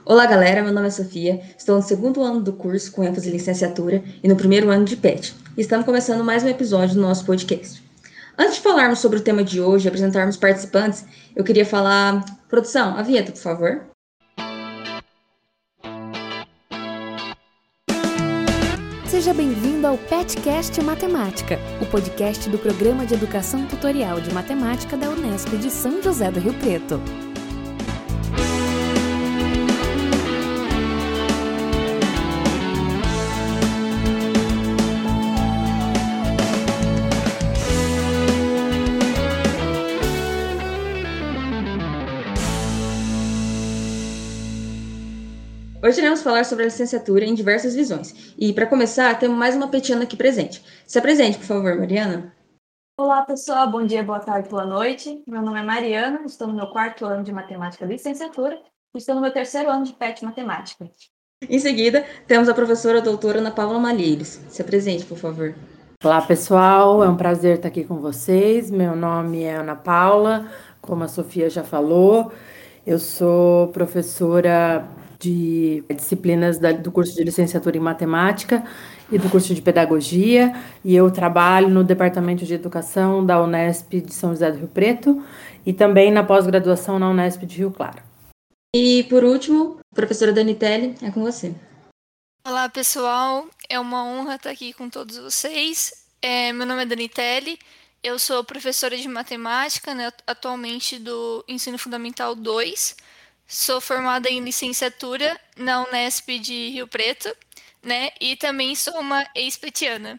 Olá, galera. Meu nome é Sofia. Estou no segundo ano do curso com ênfase em licenciatura e no primeiro ano de PET. E estamos começando mais um episódio do nosso podcast. Antes de falarmos sobre o tema de hoje e apresentarmos participantes, eu queria falar... Produção, a vinheta, por favor. Seja bem-vindo ao PetCast Matemática, o podcast do Programa de Educação Tutorial de Matemática da Unesp de São José do Rio Preto. Hoje iremos falar sobre a licenciatura em diversas visões. E, para começar, temos mais uma petiana aqui presente. Se apresente, por favor, Mariana. Olá, pessoal. Bom dia, boa tarde, boa noite. Meu nome é Mariana, estou no meu quarto ano de Matemática Licenciatura e estou no meu terceiro ano de PET Matemática. Em seguida, temos a professora doutora Ana Paula Malheiros. Se apresente, por favor. Olá, pessoal. É um prazer estar aqui com vocês. Meu nome é Ana Paula, como a Sofia já falou. Eu sou professora de disciplinas do curso de licenciatura em matemática e do curso de pedagogia, e eu trabalho no Departamento de Educação da Unesp de São José do Rio Preto e também na pós-graduação na Unesp de Rio Claro. E, por último, professora Danitelli, é com você. Olá, pessoal. É uma honra estar aqui com todos vocês. Meu nome é Danitelli. Eu sou professora de matemática, né, atualmente do Ensino Fundamental 2. Sou formada em licenciatura na Unesp de Rio Preto, né, e também sou uma ex-petiana.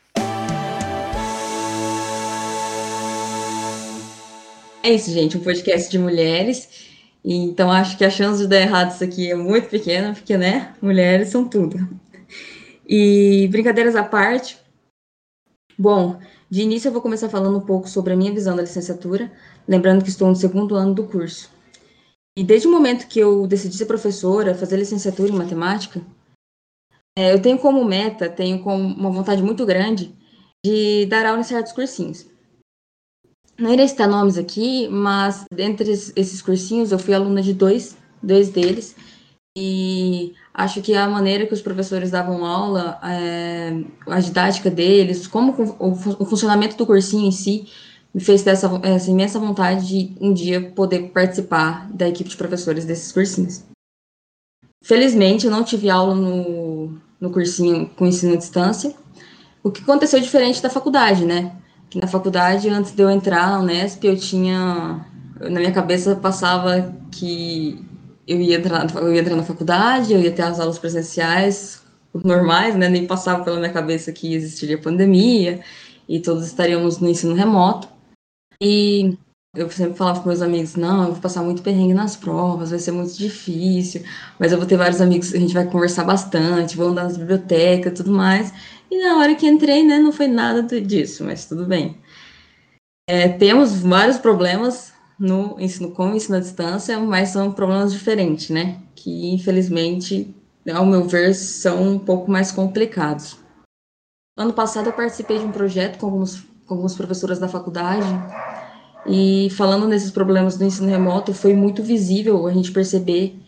É isso, gente, um podcast de mulheres. Então, acho que a chance de dar errado isso aqui é muito pequena, porque, né, mulheres são tudo. E, brincadeiras à parte, bom, de início eu vou começar falando um pouco sobre a minha visão da licenciatura, lembrando que estou no segundo ano do curso. E desde o momento que eu decidi ser professora, fazer licenciatura em matemática, eu tenho como meta, tenho como uma vontade muito grande de dar aula em certos cursinhos. Não irei citar nomes aqui, mas dentre esses cursinhos eu fui aluna de dois deles, e acho que a maneira que os professores davam aula, a didática deles, como o funcionamento do cursinho em si, me fez ter essa imensa vontade de um dia poder participar da equipe de professores desses cursinhos. Felizmente, eu não tive aula no cursinho com ensino à distância, o que aconteceu diferente da faculdade, né? Que na faculdade, antes de eu entrar na Unesp, na minha cabeça passava que eu ia entrar na faculdade, eu ia ter as aulas presenciais normais, né? Nem passava pela minha cabeça que existiria pandemia e todos estaríamos no ensino remoto. E eu sempre falava com meus amigos, não, eu vou passar muito perrengue nas provas, vai ser muito difícil, mas eu vou ter vários amigos, a gente vai conversar bastante, vou andar nas bibliotecas e tudo mais. E na hora que entrei, né, não foi nada disso, mas tudo bem. Temos vários problemas no ensino com o ensino à distância, mas são problemas diferentes, né, que infelizmente, ao meu ver, são um pouco mais complicados. Ano passado eu participei de um projeto com algumas professoras da faculdade, e falando nesses problemas do ensino remoto, foi muito visível a gente perceber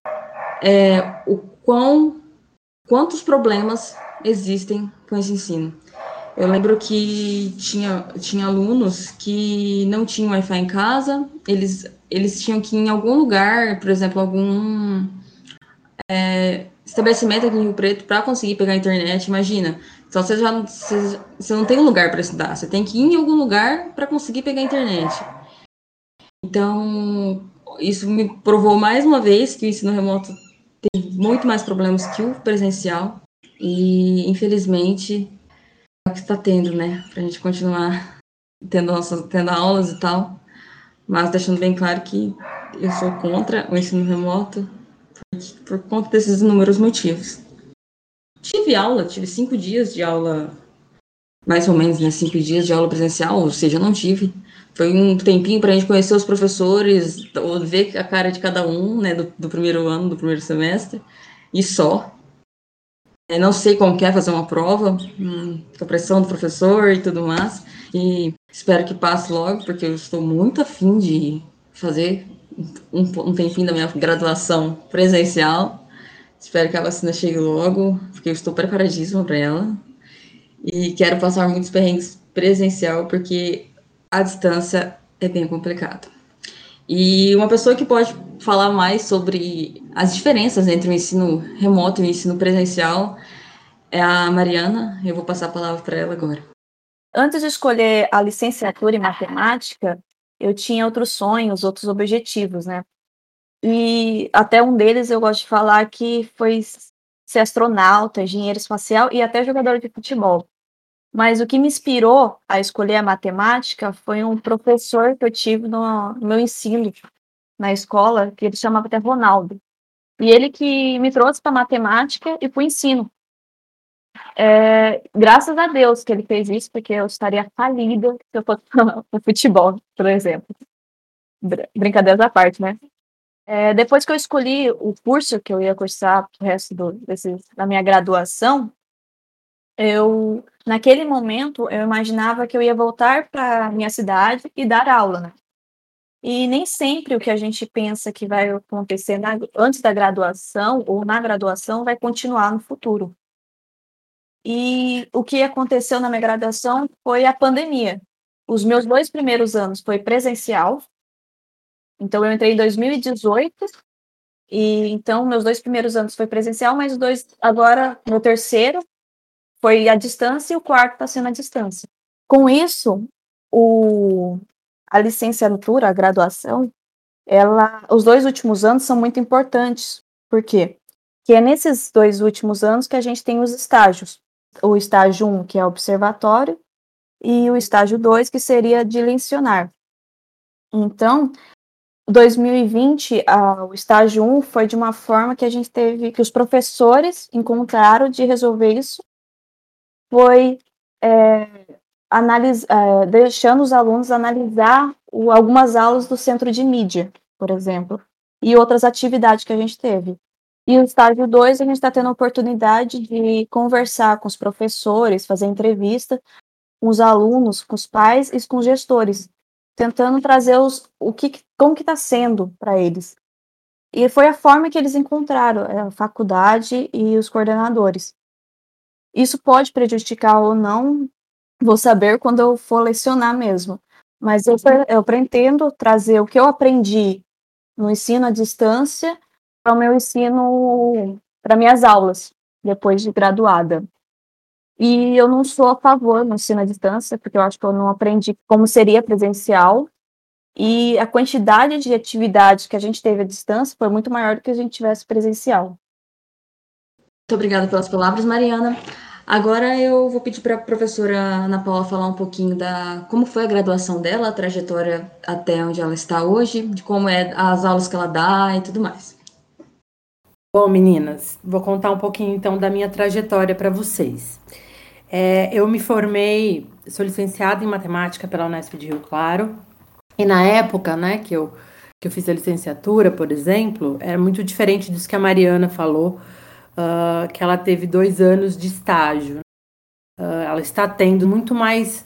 quantos problemas existem com esse ensino. Eu lembro que tinha alunos que não tinham Wi-Fi em casa, eles tinham que ir em algum lugar, por exemplo, algum estabelecimento aqui em Rio Preto para conseguir pegar a internet. Imagina, só você não tem um lugar para estudar, você tem que ir em algum lugar para conseguir pegar a internet. Então, isso me provou mais uma vez que o ensino remoto tem muito mais problemas que o presencial e, infelizmente, é o que está tendo, né? Para a gente continuar tendo aulas e tal, mas deixando bem claro que eu sou contra o ensino remoto por conta desses inúmeros motivos. Tive 5 dias de aula, mais ou menos, né? 5 dias de aula presencial, ou seja, eu não tive. Foi um tempinho para a gente conhecer os professores, ver a cara de cada um, né? Do primeiro ano, do primeiro semestre, e só. Não sei como que é fazer uma prova, com a pressão do professor e tudo mais, e espero que passe logo, porque eu estou muito afim de fazer um tempinho da minha graduação presencial, Espero que a vacina chegue logo, porque eu estou preparadíssima para ela. E quero passar muitos perrengues presencial, porque a distância é bem complicado. E uma pessoa que pode falar mais sobre as diferenças entre o ensino remoto e o ensino presencial é a Mariana. Eu vou passar a palavra para ela agora. Antes de escolher a licenciatura em matemática, eu tinha outros sonhos, outros objetivos, né? E até um deles eu gosto de falar que foi ser astronauta, engenheiro espacial e até jogador de futebol. Mas o que me inspirou a escolher a matemática foi um professor que eu tive no meu ensino na escola, que ele chamava até Ronaldo. E ele que me trouxe para matemática e para o ensino. Graças a Deus que ele fez isso, porque eu estaria falida se eu fosse para o futebol, por exemplo. Brincadeiras à parte, né? Depois que eu escolhi o curso que eu ia cursar o resto da minha graduação, naquele momento, eu imaginava que eu ia voltar para minha cidade e dar aula, né? E nem sempre o que a gente pensa que vai acontecer antes da graduação ou na graduação vai continuar no futuro. E o que aconteceu na minha graduação foi a pandemia. Os meus 2 primeiros anos foi presencial. Então, eu entrei em 2018, e então meus 2 primeiros anos foi presencial, mas agora, meu terceiro foi à distância e o quarto está sendo à distância. Com isso, a licenciatura, a graduação, os 2 últimos anos são muito importantes. Por quê? Porque é nesses 2 últimos anos que a gente tem os estágios. O estágio 1, que é observatório, e o estágio 2, que seria de lecionar. Então, 2020, o estágio 1 foi de uma forma que a gente teve, que os professores encontraram de resolver isso, foi deixando os alunos analisar algumas aulas do centro de mídia, por exemplo, e outras atividades que a gente teve. E o estágio 2, a gente está tendo a oportunidade de conversar com os professores, fazer entrevista com os alunos, com os pais e com os gestores, tentando trazer como que está sendo para eles. E foi a forma que eles encontraram, a faculdade e os coordenadores. Isso pode prejudicar ou não, vou saber quando eu for lecionar mesmo. Mas eu pretendo trazer o que eu aprendi no ensino à distância para o meu ensino, para minhas aulas, depois de graduada. E eu não sou a favor do ensino à distância, porque eu acho que eu não aprendi como seria presencial, e a quantidade de atividades que a gente teve à distância foi muito maior do que a gente tivesse presencial. Muito obrigada pelas palavras, Mariana. Agora eu vou pedir para a professora Ana Paula falar um pouquinho como foi a graduação dela, a trajetória até onde ela está hoje, de como é as aulas que ela dá e tudo mais. Bom, meninas, vou contar um pouquinho então da minha trajetória para vocês. Eu me formei, sou licenciada em matemática pela Unesp de Rio Claro, e na época, né, que eu fiz a licenciatura, por exemplo, era muito diferente disso que a Mariana falou, que ela teve 2 anos de estágio. Ela está tendo muito mais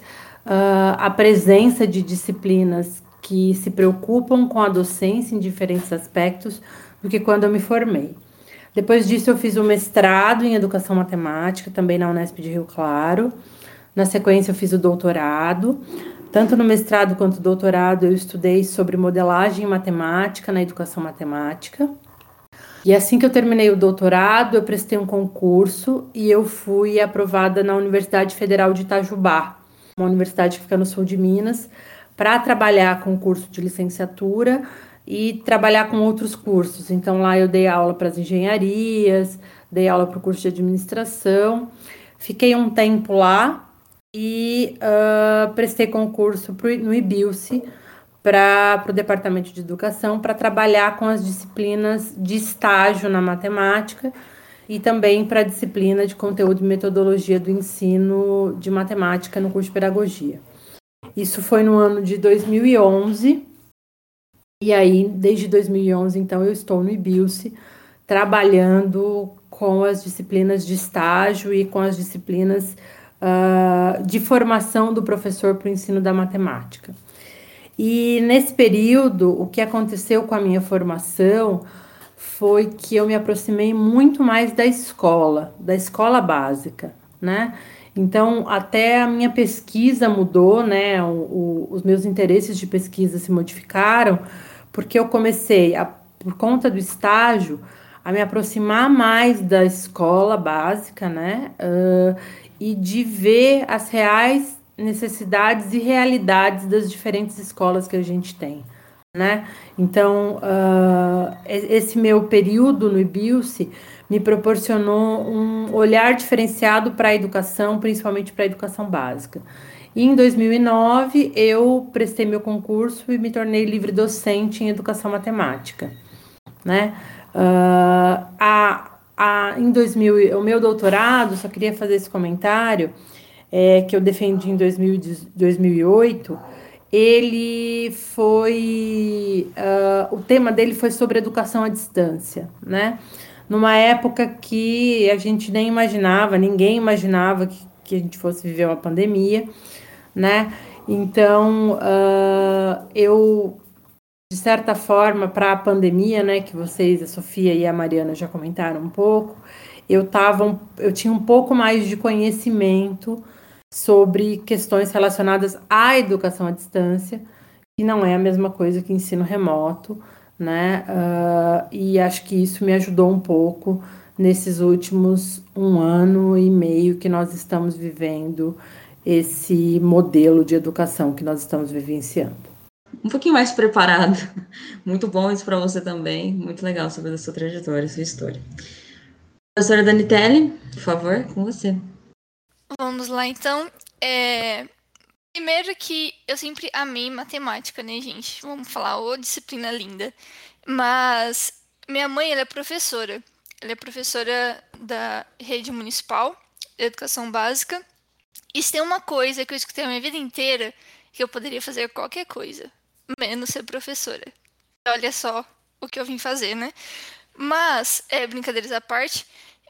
a presença de disciplinas que se preocupam com a docência em diferentes aspectos do que quando eu me formei. Depois disso, eu fiz o mestrado em Educação Matemática, também na Unesp de Rio Claro. Na sequência, eu fiz o doutorado. Tanto no mestrado quanto no doutorado, eu estudei sobre modelagem matemática na educação matemática. E assim que eu terminei o doutorado, eu prestei um concurso e eu fui aprovada na Universidade Federal de Itajubá, uma universidade que fica no sul de Minas, para trabalhar com o curso de licenciatura e trabalhar com outros cursos. Então, lá eu dei aula para as engenharias, dei aula para o curso de administração. Fiquei um tempo lá e prestei concurso no IBILSE para o Departamento de Educação para trabalhar com as disciplinas de estágio na matemática e também para a disciplina de conteúdo e metodologia do ensino de matemática no curso de pedagogia. Isso foi no ano de 2011. E aí, desde 2011, então, eu estou no IBILSE, trabalhando com as disciplinas de estágio e com as disciplinas de formação do professor para o ensino da matemática. E nesse período, o que aconteceu com a minha formação foi que eu me aproximei muito mais da escola básica, né? Então, até a minha pesquisa mudou, né? Os meus interesses de pesquisa se modificaram, porque eu comecei, por conta do estágio, a me aproximar mais da escola básica, né? E de ver as reais necessidades e realidades das diferentes escolas que a gente tem, né? Então, esse meu período no IBILSE me proporcionou um olhar diferenciado para a educação, principalmente para a educação básica. E em 2009, eu prestei meu concurso e me tornei livre docente em educação matemática, né? Em 2000, o meu doutorado, só queria fazer esse comentário, que eu defendi em 2008, ele foi, o tema dele foi sobre educação à distância, né? Numa época que a gente nem imaginava, ninguém imaginava que a gente fosse viver uma pandemia, né? Então, eu, de certa forma, para a pandemia, né, que vocês, a Sofia e a Mariana já comentaram um pouco, eu tinha um pouco mais de conhecimento sobre questões relacionadas à educação à distância, que não é a mesma coisa que ensino remoto, né? E acho que isso me ajudou um pouco nesses últimos 1 ano e meio que nós estamos vivendo esse modelo de educação que nós estamos vivenciando. Um pouquinho mais preparado. Muito bom isso para você também. Muito legal saber da sua trajetória, sua história. Professora Danitelli, por favor, com você. Vamos lá, então. Primeiro que eu sempre amei matemática, né, gente? Vamos falar, ô disciplina linda. Mas minha mãe, ela é professora. Ela é professora da rede municipal de educação básica. E se tem uma coisa que eu escutei a minha vida inteira, que eu poderia fazer qualquer coisa, menos ser professora. Olha só o que eu vim fazer, né? Mas, brincadeiras à parte,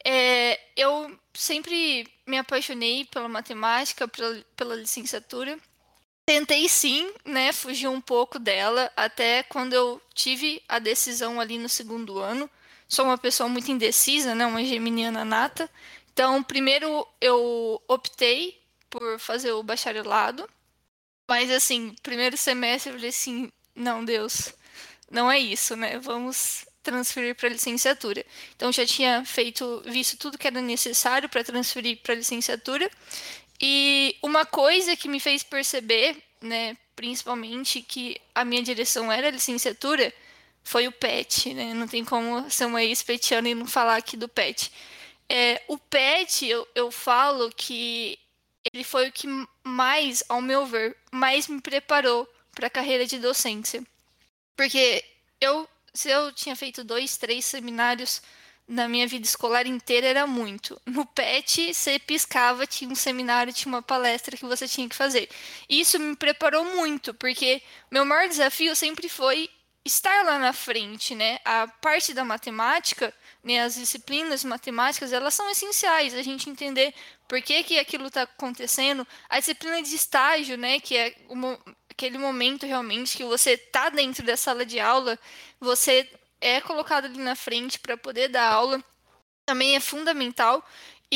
eu sempre me apaixonei pela matemática, pela licenciatura. Tentei sim, né, fugir um pouco dela, até quando eu tive a decisão ali no segundo ano. Sou uma pessoa muito indecisa, né, uma geminiana nata. Então, primeiro eu optei por fazer o bacharelado, mas assim, primeiro semestre eu falei assim, não, Deus, não é isso, né? Vamos transferir para licenciatura. Então já tinha visto tudo que era necessário para transferir para licenciatura. E uma coisa que me fez perceber, né, principalmente que a minha direção era licenciatura, foi o PET, né? Não tem como ser uma ex-petiana e não falar aqui do PET. O PET, eu falo que ele foi o que mais, ao meu ver, mais me preparou para a carreira de docência. Porque se eu tinha feito 2, 3 seminários na minha vida escolar inteira, era muito. No PET, você piscava, tinha um seminário, tinha uma palestra que você tinha que fazer. E isso me preparou muito, porque meu maior desafio sempre foi estar lá na frente, né? A parte da matemática, né, as disciplinas matemáticas, elas são essenciais, a gente entender por que aquilo está acontecendo. A disciplina de estágio, né, que é aquele momento realmente que você está dentro da sala de aula, você é colocado ali na frente para poder dar aula, também é fundamental.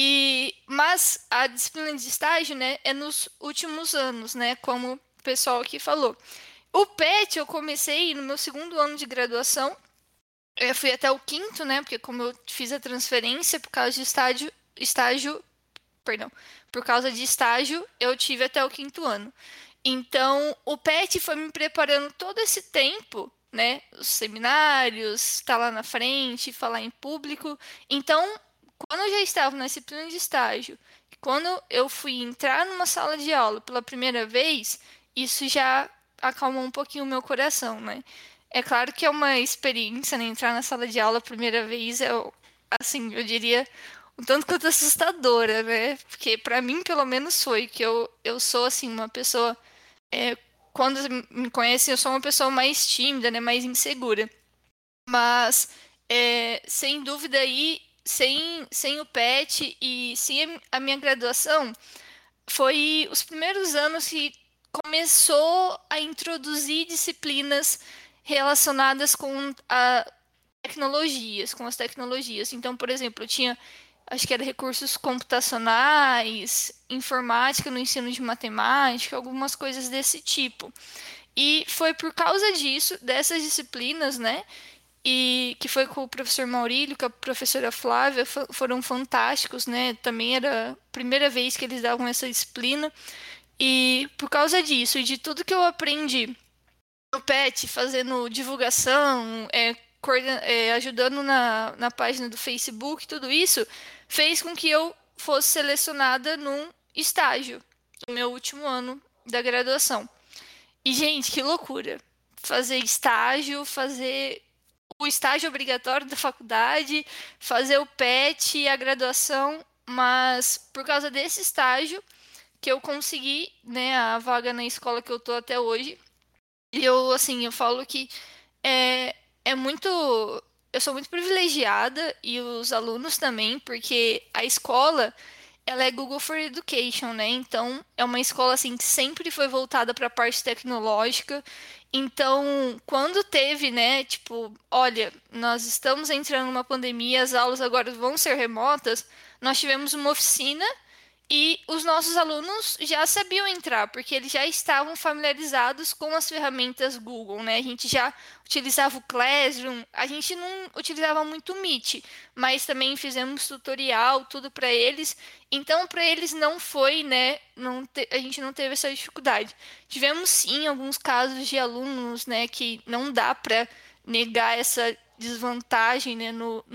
Mas a disciplina de estágio, né, é nos últimos anos, né, como o pessoal aqui falou. O PET eu comecei no meu segundo ano de graduação, eu fui até o quinto, né, porque como eu fiz a transferência por causa de por causa de estágio, eu tive até o quinto ano. Então, o PET foi me preparando todo esse tempo, né? Os seminários, estar lá na frente, falar em público. Então, quando eu já estava na disciplina de estágio, quando eu fui entrar numa sala de aula pela primeira vez, isso já acalmou um pouquinho o meu coração, né? É claro que é uma experiência, né? Entrar na sala de aula a primeira vez assim, eu diria um tanto quanto assustadora, né? Porque para mim, pelo menos, foi que eu sou, assim, uma pessoa... quando me conhecem, eu sou uma pessoa mais tímida, né? Mais insegura. Mas, sem dúvida aí, sem o PET e sem a minha graduação, foi os primeiros anos que começou a introduzir disciplinas relacionadas com tecnologias, com as tecnologias. Então, por exemplo, eu tinha, acho que era recursos computacionais, informática no ensino de matemática, algumas coisas desse tipo. E foi por causa disso, dessas disciplinas, né? E que foi com o professor Maurílio, com a professora Flávia, foram fantásticos, né? Também era a primeira vez que eles davam essa disciplina. E por causa disso e de tudo que eu aprendi no PET, fazendo divulgação, ajudando na página do Facebook, tudo isso fez com que eu fosse selecionada num estágio no meu último ano da graduação. E, gente, que loucura! Fazer estágio, fazer o estágio obrigatório da faculdade, fazer o PET e a graduação, mas por causa desse estágio que eu consegui, né, a vaga na escola que eu tô até hoje. E eu, assim, eu falo que é muito. Eu sou muito privilegiada e os alunos também, porque a escola ela é Google for Education, né? Então, é uma escola assim que sempre foi voltada para a parte tecnológica. Então, quando teve, né, tipo, olha, nós estamos entrando numa pandemia, as aulas agora vão ser remotas, nós tivemos uma oficina e os nossos alunos já sabiam entrar, porque eles já estavam familiarizados com as ferramentas Google, né? A gente já utilizava o Classroom, a gente não utilizava muito o Meet, mas também fizemos tutorial, tudo para eles. Então, para eles não foi, né? A gente não teve essa dificuldade. Tivemos sim alguns casos de alunos, né, que não dá para negar essa desvantagem, né,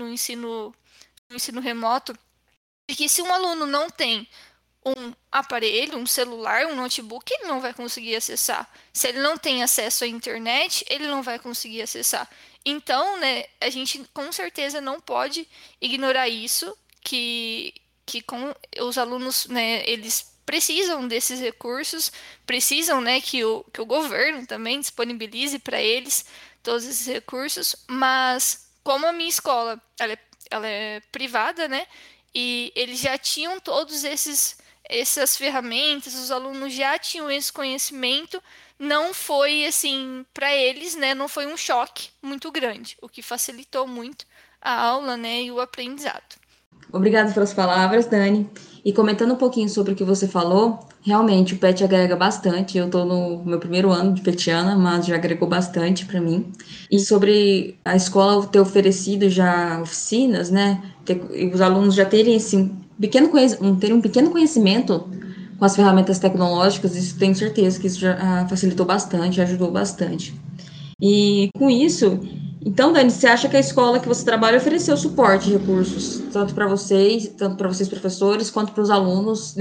no ensino remoto. Porque se um aluno não tem um aparelho, um celular, um notebook, ele não vai conseguir acessar. Se ele não tem acesso à internet, ele não vai conseguir acessar. Então, né, a gente com certeza não pode ignorar isso, que com os alunos, né, eles precisam desses recursos, precisam, né, que o governo também disponibilize para eles todos esses recursos, mas como a minha escola, ela é privada, né, e eles já tinham todos essas ferramentas, os alunos já tinham esse conhecimento, não foi assim para eles, né? Não foi um choque muito grande, o que facilitou muito a aula, né, e o aprendizado. Obrigada pelas palavras, Dani. E comentando um pouquinho sobre o que você falou, realmente o PET agrega bastante. Eu estou no meu primeiro ano de petiana, mas já agregou bastante para mim. E sobre a escola ter oferecido já oficinas, né? E os alunos já terem terem um pequeno conhecimento com as ferramentas tecnológicas, isso tenho certeza que isso já facilitou bastante, ajudou bastante. E com isso, então, Dani, você acha que a escola que você trabalha ofereceu suporte de recursos, tanto para vocês professores, quanto para os alunos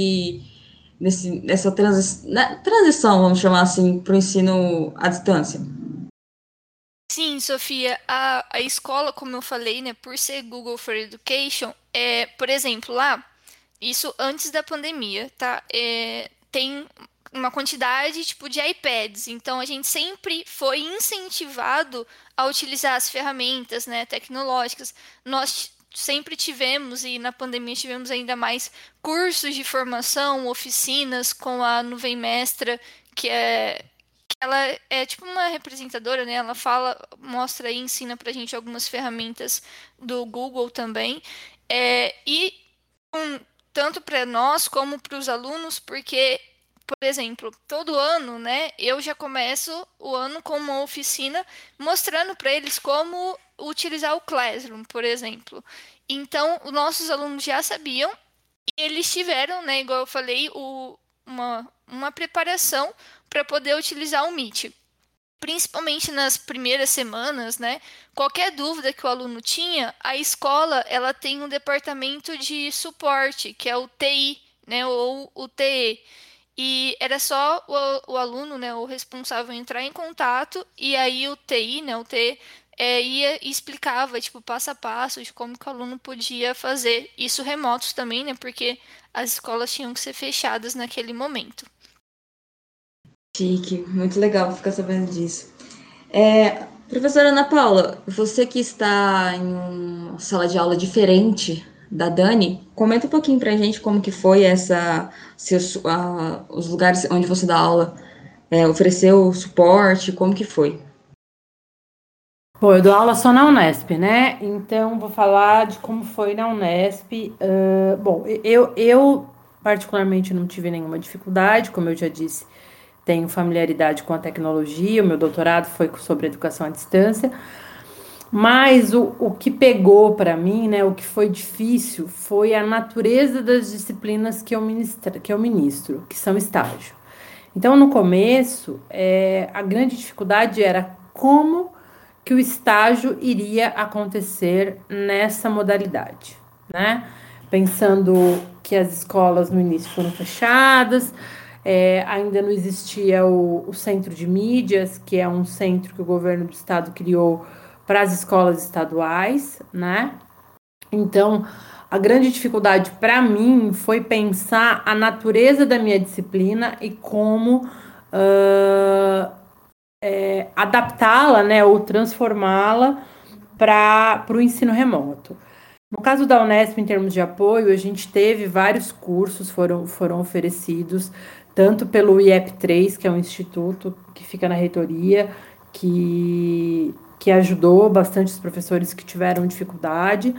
nessa transição, vamos chamar assim, para o ensino à distância? Sim, Sofia, a escola, como eu falei, né, por ser Google for Education, por exemplo, lá, isso antes da pandemia, tá? Tem uma quantidade tipo de iPads, então a gente sempre foi incentivado a utilizar as ferramentas, né, tecnológicas. Nós sempre tivemos e na pandemia tivemos ainda mais cursos de formação, oficinas com a Nuvem Mestra, que ela é tipo uma representadora, né? Ela fala, mostra e ensina pra gente algumas ferramentas do Google também. E tanto para nós como para os alunos, porque, por exemplo, todo ano, né, eu já começo o ano com uma oficina mostrando para eles como utilizar o Classroom, por exemplo. Então, os nossos alunos já sabiam e eles tiveram, né, igual eu falei, uma preparação para poder utilizar o Meet. Principalmente nas primeiras semanas, né? Qualquer dúvida que o aluno tinha, a escola ela tem um departamento de suporte, que é o TI, né? Ou o TE. E era só o aluno, né? O responsável entrar em contato e aí o TI, né? O TE ia e explicava, tipo, passo a passo de como que o aluno podia fazer isso remotos também, né? Porque as escolas tinham que ser fechadas naquele momento. Chique, muito legal ficar sabendo disso. Professora Ana Paula, você que está em uma sala de aula diferente da Dani, comenta um pouquinho pra gente como que foi os lugares onde você dá aula, ofereceu suporte, como que foi? Bom, eu dou aula só na Unesp, né? Então, vou falar de como foi na Unesp. Bom, eu particularmente não tive nenhuma dificuldade, como eu já disse, tenho familiaridade com a tecnologia, o meu doutorado foi sobre educação à distância, mas o que pegou para mim, né, o que foi difícil, foi a natureza das disciplinas que eu ministro, que são estágio. Então, no começo, a grande dificuldade era como que o estágio iria acontecer nessa modalidade, né? Pensando que as escolas no início foram fechadas, ainda não existia o Centro de Mídias, que é um centro que o governo do estado criou para as escolas estaduais, né? Então, a grande dificuldade para mim foi pensar a natureza da minha disciplina e como adaptá-la, né, ou transformá-la para o ensino remoto. No caso da Unesp, em termos de apoio, a gente teve vários cursos foram oferecidos, tanto pelo IEP3, que é um instituto que fica na reitoria, que ajudou bastante os professores que tiveram dificuldade,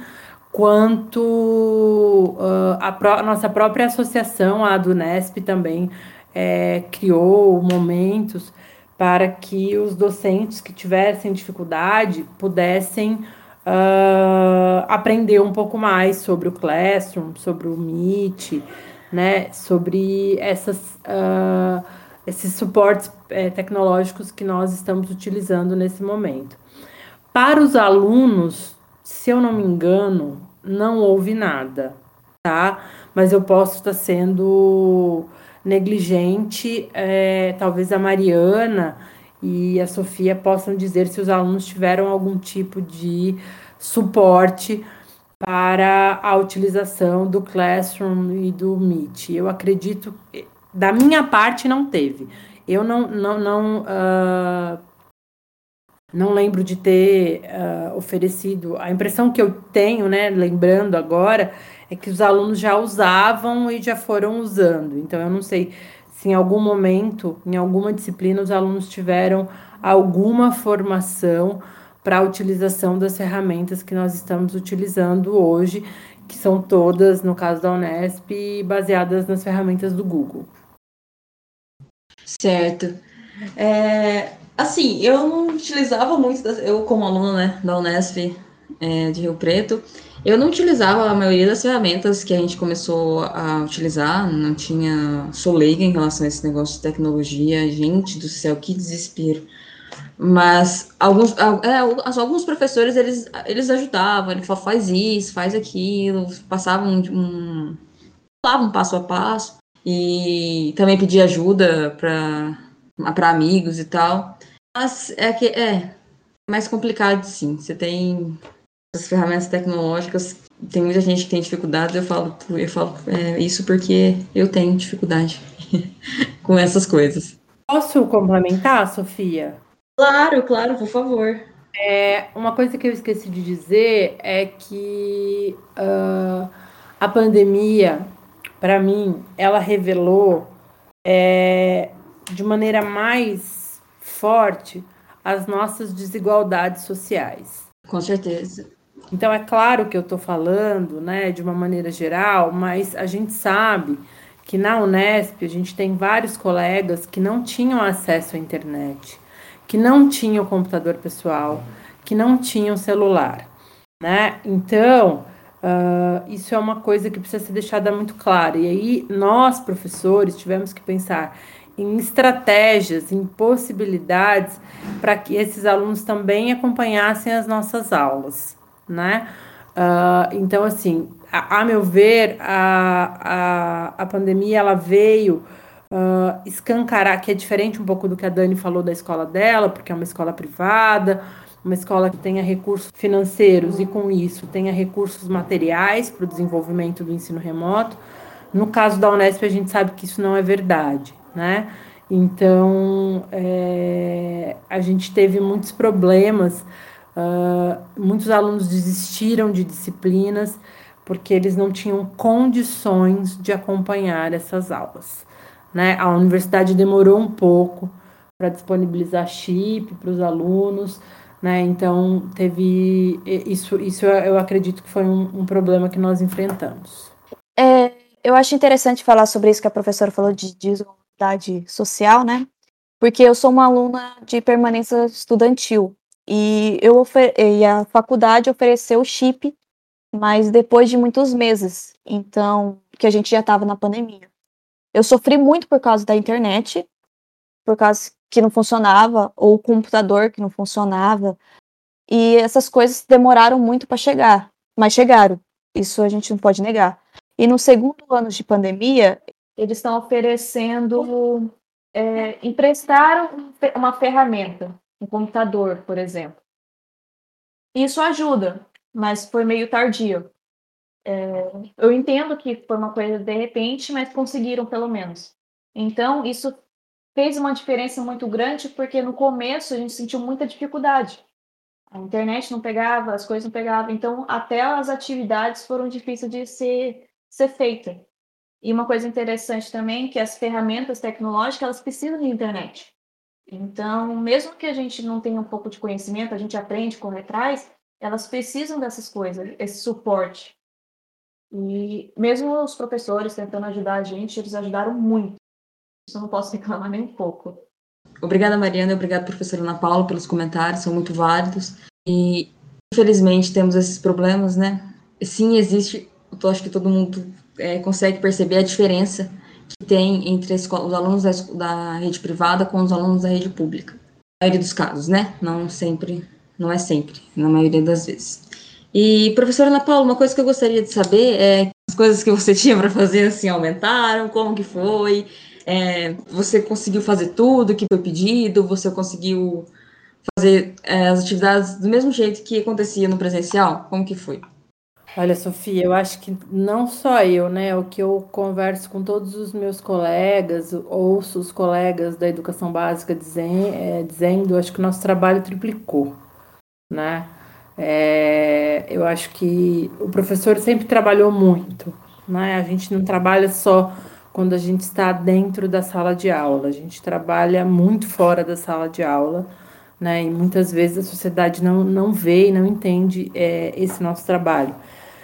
quanto a nossa própria associação, a do Unesp, também criou momentos para que os docentes que tivessem dificuldade pudessem aprender um pouco mais sobre o Classroom, sobre o Meet, né, sobre esses suportes tecnológicos que nós estamos utilizando nesse momento. Para os alunos, se eu não me engano, não houve nada, tá? Mas eu posso estar sendo negligente, talvez a Mariana e a Sofia possam dizer se os alunos tiveram algum tipo de suporte para a utilização do Classroom e do Meet. Eu acredito, da minha parte, não teve. Eu não lembro de ter oferecido. A impressão que eu tenho, né, lembrando agora, é que os alunos já usavam e já foram usando. Então, eu não sei se em algum momento, em alguma disciplina, os alunos tiveram alguma formação para a utilização das ferramentas que nós estamos utilizando hoje, que são todas, no caso da Unesp, baseadas nas ferramentas do Google. Certo. Assim, eu não utilizava muito, eu como aluna, né, da Unesp de Rio Preto, eu não utilizava a maioria das ferramentas que a gente começou a utilizar, não tinha, sou leiga em relação a esse negócio de tecnologia, gente do céu, que desespero. Mas alguns professores, eles ajudavam, ele falou, faz isso, faz aquilo, passavam falavam passo a passo, e também pedia ajuda para amigos e tal. Mas é mais complicado, sim. Você tem as ferramentas tecnológicas, tem muita gente que tem dificuldade, eu falo isso porque eu tenho dificuldade com essas coisas. Posso complementar, Sofia? Claro, por favor. Uma coisa que eu esqueci de dizer é que a pandemia, para mim, ela revelou de maneira mais forte as nossas desigualdades sociais. Com certeza. Então, é claro que eu estou falando, né, de uma maneira geral, mas a gente sabe que na Unesp a gente tem vários colegas que não tinham acesso à internet, que não tinham computador pessoal, que não tinham celular, né? Então, isso é uma coisa que precisa ser deixada muito clara. E aí, nós, professores, tivemos que pensar em estratégias, em possibilidades para que esses alunos também acompanhassem as nossas aulas, né? Então, assim, a meu ver, a pandemia ela veio escancarar, que é diferente um pouco do que a Dani falou da escola dela, porque é uma escola privada, uma escola que tenha recursos financeiros e, com isso, tenha recursos materiais para o desenvolvimento do ensino remoto. No caso da Unesp, a gente sabe que isso não é verdade, né? Então, a gente teve muitos problemas, muitos alunos desistiram de disciplinas porque eles não tinham condições de acompanhar essas aulas, né? A universidade demorou um pouco para disponibilizar chip para os alunos, né? Então, teve isso eu acredito que foi um problema que nós enfrentamos. Eu acho interessante falar sobre isso que a professora falou de desigualdade social, né? Porque eu sou uma aluna de permanência estudantil e e a faculdade ofereceu o chip, mas depois de muitos meses, então, que a gente já estava na pandemia. Eu sofri muito por causa da internet, por causa que não funcionava, ou o computador que não funcionava, e essas coisas demoraram muito para chegar, mas chegaram. Isso a gente não pode negar. E no segundo ano de pandemia, eles estão oferecendo emprestaram uma ferramenta, um computador, por exemplo. Isso ajuda, mas foi meio tardio. Eu entendo que foi uma coisa de repente, mas conseguiram pelo menos. Então, isso fez uma diferença muito grande, porque no começo a gente sentiu muita dificuldade. A internet não pegava, as coisas não pegavam, então até as atividades foram difíceis de ser feitas. E uma coisa interessante também, que as ferramentas tecnológicas, elas precisam de internet. Então, mesmo que a gente não tenha um pouco de conhecimento, a gente aprende, corre atrás, elas precisam dessas coisas, esse suporte. E mesmo os professores tentando ajudar a gente, eles ajudaram muito. Isso eu não posso reclamar nem um pouco. Obrigada, Mariana, e obrigada, professora Ana Paula, pelos comentários, são muito válidos. E, infelizmente, temos esses problemas, né? Sim, existe, eu acho que todo mundo consegue perceber a diferença que tem entre os alunos da rede privada com os alunos da rede pública. Na maioria dos casos, né? Não sempre, não é sempre, na maioria das vezes. E, professora Ana Paula, uma coisa que eu gostaria de saber é as coisas que você tinha para fazer, assim, aumentaram, como que foi? Você conseguiu fazer tudo que foi pedido? Você conseguiu fazer as atividades do mesmo jeito que acontecia no presencial? Como que foi? Olha, Sofia, eu acho que não só eu, né? O que eu converso com todos os meus colegas, ouço os colegas da educação básica dizendo, acho que o nosso trabalho triplicou, né? Eu acho que o professor sempre trabalhou muito, né? A gente não trabalha só quando a gente está dentro da sala de aula, a gente trabalha muito fora da sala de aula, né? E muitas vezes a sociedade não vê e não entende esse nosso trabalho.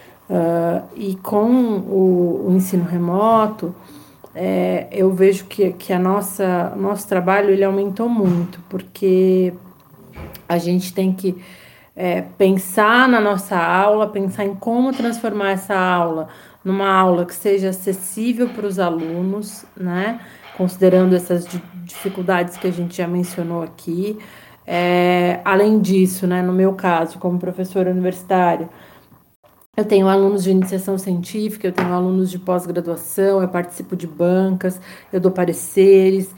E com o ensino remoto, eu vejo que nosso trabalho ele aumentou muito, porque a gente tem que pensar na nossa aula, pensar em como transformar essa aula numa aula que seja acessível para os alunos, né? Considerando essas dificuldades que a gente já mencionou aqui. Além disso, né, no meu caso, como professora universitária, eu tenho alunos de iniciação científica, eu tenho alunos de pós-graduação, eu participo de bancas, eu dou pareceres,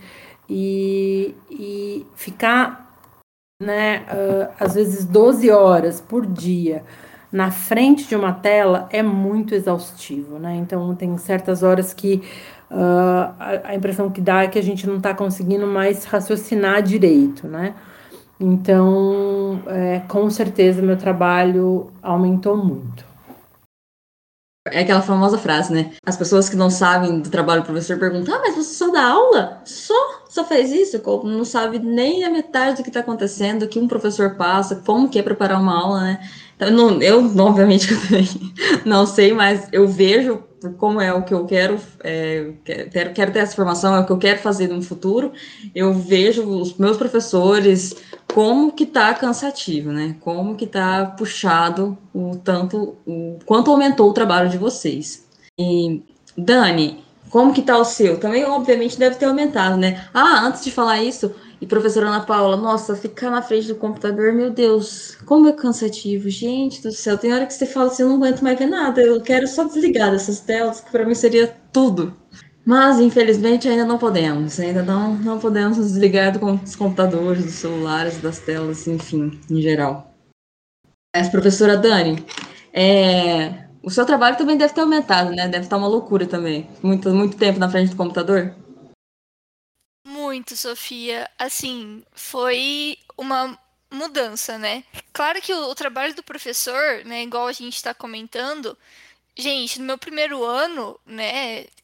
e ficar, né, às vezes 12 horas por dia na frente de uma tela é muito exaustivo, né? Então tem certas horas que a impressão que dá é que a gente não está conseguindo mais raciocinar direito, né? Então, com certeza, meu trabalho aumentou muito. É aquela famosa frase, né? As pessoas que não sabem do trabalho do professor perguntam: mas você só dá aula? Só faz isso? Não sabe nem a metade do que está acontecendo, o que um professor passa, como que é preparar uma aula, né? Então, obviamente, eu também não sei, mas eu vejo como é o que eu quero, quero ter essa formação, é o que eu quero fazer no futuro. Eu vejo os meus professores como que tá cansativo, né? Como que tá puxado o quanto aumentou o trabalho de vocês. E Dani, como que tá o seu? Também, obviamente, deve ter aumentado, né? Antes de falar isso, e professora Ana Paula, nossa, ficar na frente do computador, meu Deus, como é cansativo, gente do céu. Tem hora que você fala assim, eu não aguento mais ver nada, eu quero só desligar dessas telas, que para mim seria tudo. Mas, infelizmente, ainda não podemos nos desligar dos computadores, dos celulares, das telas, enfim, em geral. Mas, professora Dani, o seu trabalho também deve ter aumentado, né? Deve estar uma loucura também. Muito tempo na frente do computador. Muito, Sofia. Assim, foi uma mudança, né? Claro que o trabalho do professor, né, igual a gente está comentando, gente, no meu primeiro ano, né,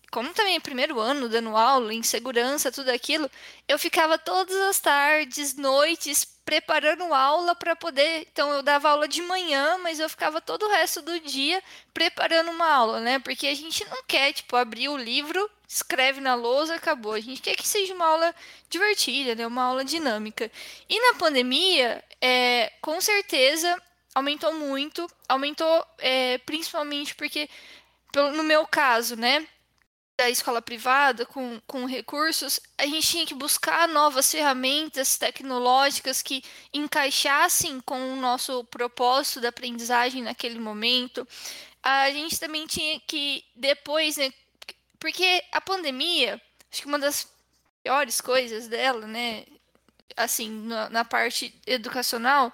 como também é primeiro ano, dando aula, insegurança, tudo aquilo, eu ficava todas as tardes, noites, preparando aula para poder. Então, eu dava aula de manhã, mas eu ficava todo o resto do dia preparando uma aula, né? Porque a gente não quer, tipo, abrir o livro, escreve na lousa, acabou. A gente quer que seja uma aula divertida, né? Uma aula dinâmica. E na pandemia, com certeza, aumentou muito. Aumentou principalmente porque, no meu caso, né? Da escola privada, com recursos, a gente tinha que buscar novas ferramentas tecnológicas que encaixassem com o nosso propósito da aprendizagem naquele momento. A gente também tinha que, depois, né? Porque a pandemia, acho que uma das piores coisas dela, né? Assim, na parte educacional.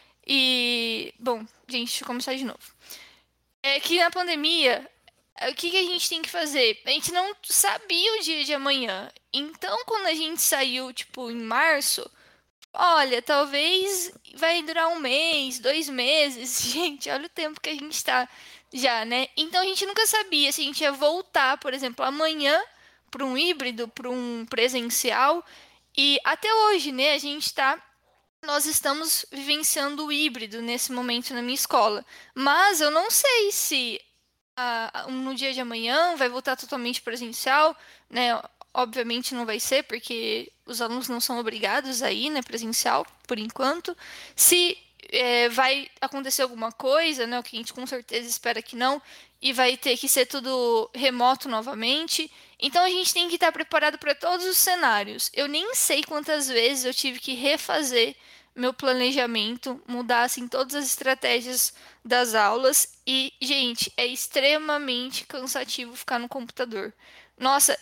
E, bom, gente, deixa eu começar de novo. É que na pandemia, o que que a gente tem que fazer? A gente não sabia o dia de amanhã. Então, quando a gente saiu, tipo, em março, olha, talvez vai durar 1 mês, 2 meses. Gente, olha o tempo que a gente tá já, né? Então, a gente nunca sabia se a gente ia voltar, por exemplo, amanhã para um híbrido, para um presencial. E até hoje, né, nós estamos vivenciando o híbrido nesse momento na minha escola. Mas eu não sei se no dia de amanhã vai voltar totalmente presencial, né? Obviamente não vai ser, porque os alunos não são obrigados a ir, né, presencial, por enquanto. Se vai acontecer alguma coisa, né, o que a gente com certeza espera que não, e vai ter que ser tudo remoto novamente. Então a gente tem que estar preparado para todos os cenários. Eu nem sei quantas vezes eu tive que refazer meu planejamento, mudar assim todas as estratégias das aulas e, gente, é extremamente cansativo ficar no computador. Nossa,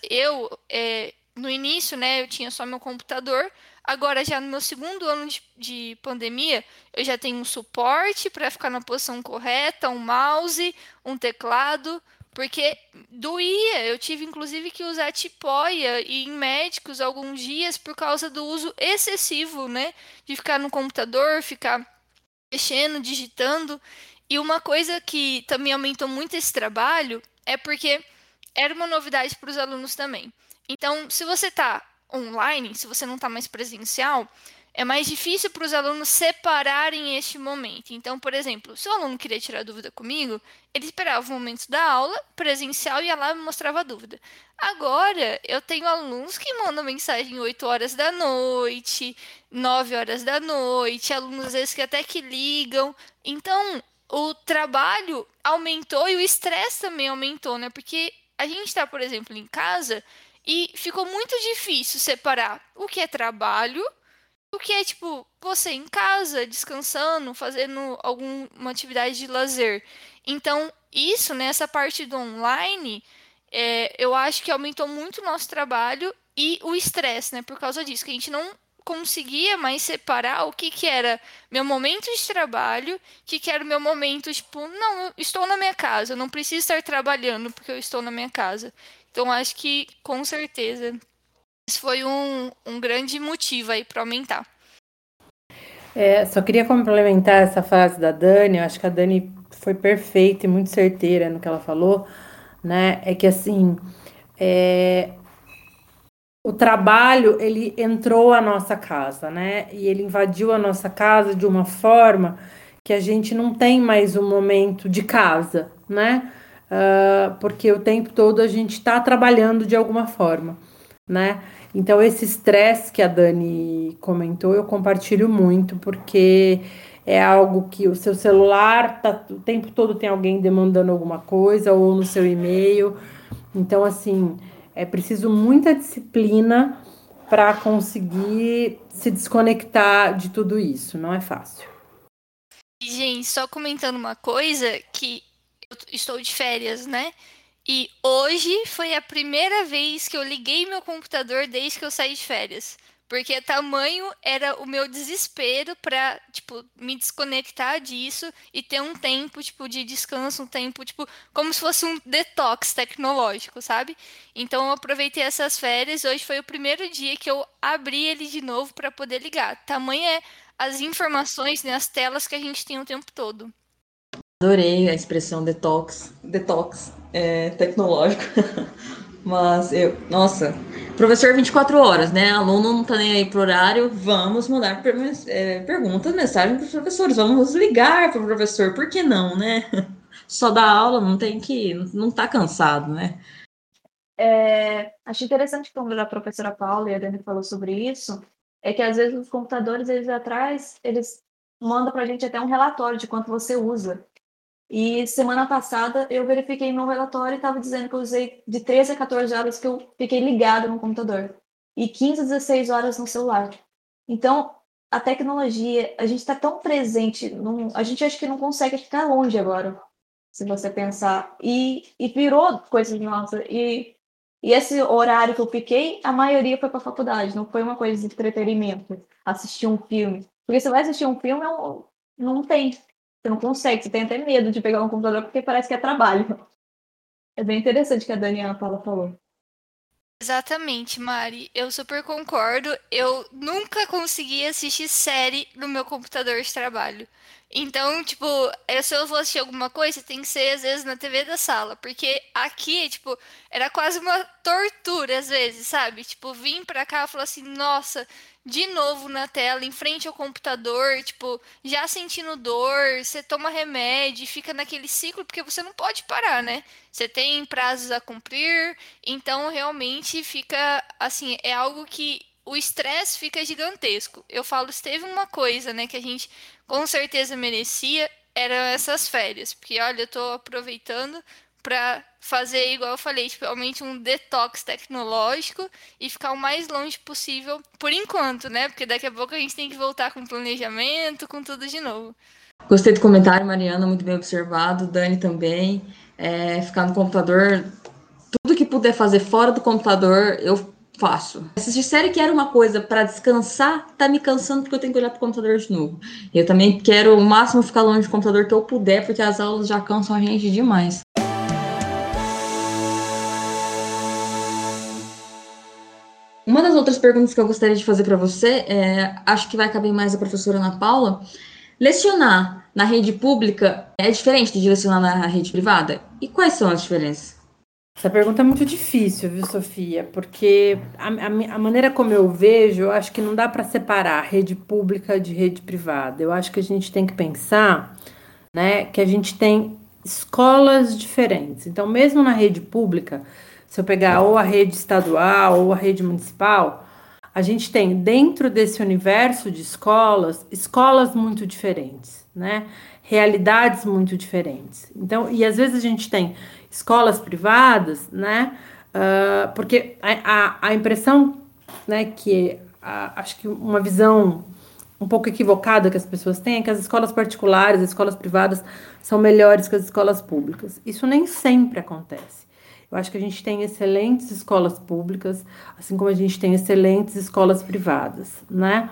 no início, né, eu tinha só meu computador. Agora, já no meu segundo ano de pandemia, eu já tenho um suporte para ficar na posição correta, um mouse, um teclado, porque doía. Eu tive, inclusive, que usar tipóia e em médicos alguns dias por causa do uso excessivo, né, de ficar no computador, ficar mexendo, digitando. E uma coisa que também aumentou muito esse trabalho é porque era uma novidade para os alunos também. Então, se você está online, se você não está mais presencial, é mais difícil para os alunos separarem este momento. Então, por exemplo, se o aluno queria tirar dúvida comigo, ele esperava o momento da aula presencial e ia lá e me mostrava a dúvida. Agora, eu tenho alunos que mandam mensagem 8 horas da noite, 9 horas da noite, alunos às vezes que até que ligam. Então, o trabalho aumentou e o estresse também aumentou, né? Porque a gente está, por exemplo, em casa e ficou muito difícil separar o que é trabalho, o que é, tipo, você em casa, descansando, fazendo alguma atividade de lazer. Então, isso, né, essa parte do online, eu acho que aumentou muito o nosso trabalho e o estresse, né, por causa disso, que a gente não conseguia mais separar o que que era meu momento de trabalho, o que que era o meu momento, tipo, não, eu estou na minha casa, eu não preciso estar trabalhando porque eu estou na minha casa. Então, acho que, com certeza, isso foi um grande motivo aí para aumentar. Só queria complementar essa frase da Dani. Eu acho que a Dani foi perfeita e muito certeira no que ela falou, né? É que assim, o trabalho, ele entrou à nossa casa, né? E ele invadiu a nossa casa de uma forma que a gente não tem mais um momento de casa, né? Porque o tempo todo a gente está trabalhando de alguma forma, né? Então, esse estresse que a Dani comentou, eu compartilho muito, porque é algo que o seu celular, o tempo todo tem alguém demandando alguma coisa, ou no seu e-mail. Então, assim, é preciso muita disciplina para conseguir se desconectar de tudo isso. Não é fácil. Gente, só comentando uma coisa, que eu estou de férias, né? E hoje foi a primeira vez que eu liguei meu computador desde que eu saí de férias. Porque tamanho era o meu desespero pra, tipo, me desconectar disso e ter um tempo, tipo, de descanso, um tempo, tipo, como se fosse um detox tecnológico, sabe? Então eu aproveitei essas férias, hoje foi o primeiro dia que eu abri ele de novo pra poder ligar. Tamanho é as informações, né, as telas que a gente tem o tempo todo. Adorei a expressão detox tecnológico. Mas nossa, professor 24 horas, né? Aluno não tá nem aí pro horário, vamos mandar perguntas, mensagens para os professores, vamos ligar para o professor, por que não, né? Só dar aula, não tá cansado, né? Acho interessante quando a professora Paula e a Dani falou sobre isso, é que às vezes os computadores, eles mandam para a gente até um relatório de quanto você usa. E semana passada eu verifiquei meu relatório e estava dizendo que eu usei de 13 a 14 horas que eu fiquei ligada no computador. E 15 a 16 horas no celular. Então, a tecnologia, a gente está tão presente, a gente acha que não consegue ficar longe agora, se você pensar. E virou coisas nossas. E esse horário que eu fiquei, a maioria foi para a faculdade, não foi uma coisa de entretenimento, assistir um filme. Porque você vai assistir um filme, não tem. Você não consegue, você tem até medo de pegar um computador porque parece que é trabalho. É bem interessante o que a Daniela Paula falou. Exatamente, Mari. Eu super concordo. Eu nunca consegui assistir série no meu computador de trabalho. Então, tipo, se eu vou assistir alguma coisa, tem que ser às vezes na TV da sala. Porque aqui, tipo, era quase uma tortura às vezes, sabe? Tipo, vim pra cá e falar assim, nossa, de novo na tela, em frente ao computador, tipo, já sentindo dor, você toma remédio, e fica naquele ciclo, porque você não pode parar, né? Você tem prazos a cumprir, então realmente fica assim, é algo que o estresse fica gigantesco. Eu falo, se teve uma coisa, né, que a gente com certeza merecia, eram essas férias, porque olha, eu tô aproveitando para fazer igual eu falei, tipo, realmente um detox tecnológico e ficar o mais longe possível por enquanto, né? Porque daqui a pouco a gente tem que voltar com planejamento, com tudo de novo. Gostei do comentário, Mariana, muito bem observado, Dani também. Ficar no computador, tudo que puder fazer fora do computador, eu faço. Assistir série que era uma coisa para descansar, tá me cansando porque eu tenho que olhar pro computador de novo. Eu também quero o máximo ficar longe do computador que eu puder, porque as aulas já cansam a gente demais. Uma das outras perguntas que eu gostaria de fazer para você, acho que vai caber mais a professora Ana Paula. Lecionar na rede pública é diferente de lecionar na rede privada? E quais são as diferenças? Essa pergunta é muito difícil, viu, Sofia? Porque a maneira como eu vejo, eu acho que não dá para separar rede pública de rede privada. Eu acho que a gente tem que pensar, né, que a gente tem escolas diferentes. Então, mesmo na rede pública, se eu pegar ou a rede estadual ou a rede municipal, a gente tem dentro desse universo de escolas, escolas muito diferentes, né? Realidades muito diferentes. Então, e às vezes a gente tem escolas privadas, né? Porque a impressão, né, que acho que uma visão um pouco equivocada que as pessoas têm é que as escolas particulares, as escolas privadas são melhores que as escolas públicas. Isso nem sempre acontece. Eu acho que a gente tem excelentes escolas públicas, assim como a gente tem excelentes escolas privadas, né?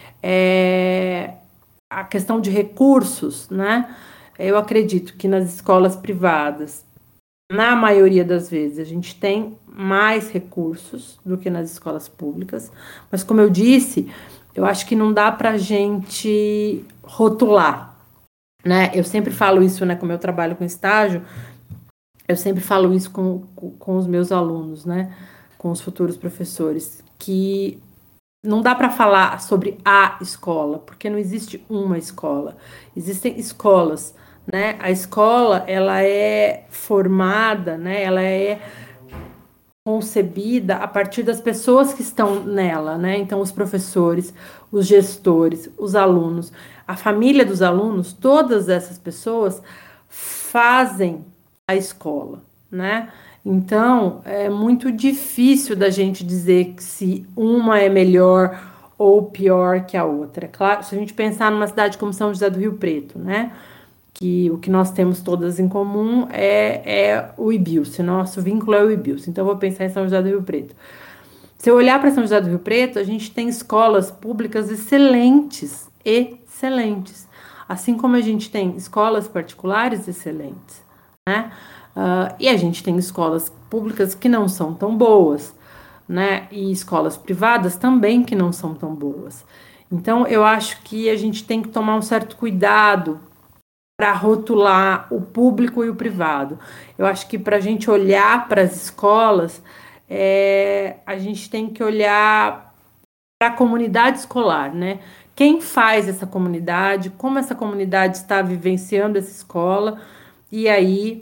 A questão de recursos, né? Eu acredito que nas escolas privadas, na maioria das vezes, a gente tem mais recursos do que nas escolas públicas, mas como eu disse, eu acho que não dá para a gente rotular, né? Eu sempre falo isso, né? Como eu trabalho com estágio, eu sempre falo isso com os meus alunos, né? Com os futuros professores, que não dá para falar sobre a escola, porque não existe uma escola. Existem escolas, né? A escola, ela é formada, né? Ela é concebida a partir das pessoas que estão nela, né? Então, os professores, os gestores, os alunos, a família dos alunos, todas essas pessoas fazem a escola, né? Então, é muito difícil da gente dizer que se uma é melhor ou pior que a outra. Claro, se a gente pensar numa cidade como São José do Rio Preto, né? Que o que nós temos todas em comum é o IBILS, nosso vínculo é o IBILS. Então, eu vou pensar em São José do Rio Preto. Se eu olhar para São José do Rio Preto, a gente tem escolas públicas excelentes, excelentes. Assim como a gente tem escolas particulares excelentes, né? E a gente tem escolas públicas que não são tão boas, né? E escolas privadas também que não são tão boas. Então, eu acho que a gente tem que tomar um certo cuidado para rotular o público e o privado. Eu acho que para a gente olhar para as escolas, a gente tem que olhar para a comunidade escolar, né? Quem faz essa comunidade, como essa comunidade está vivenciando essa escola, e aí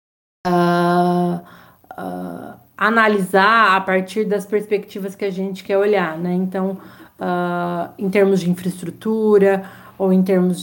analisar a partir das perspectivas que a gente quer olhar, né? Então, em termos de infraestrutura ou em termos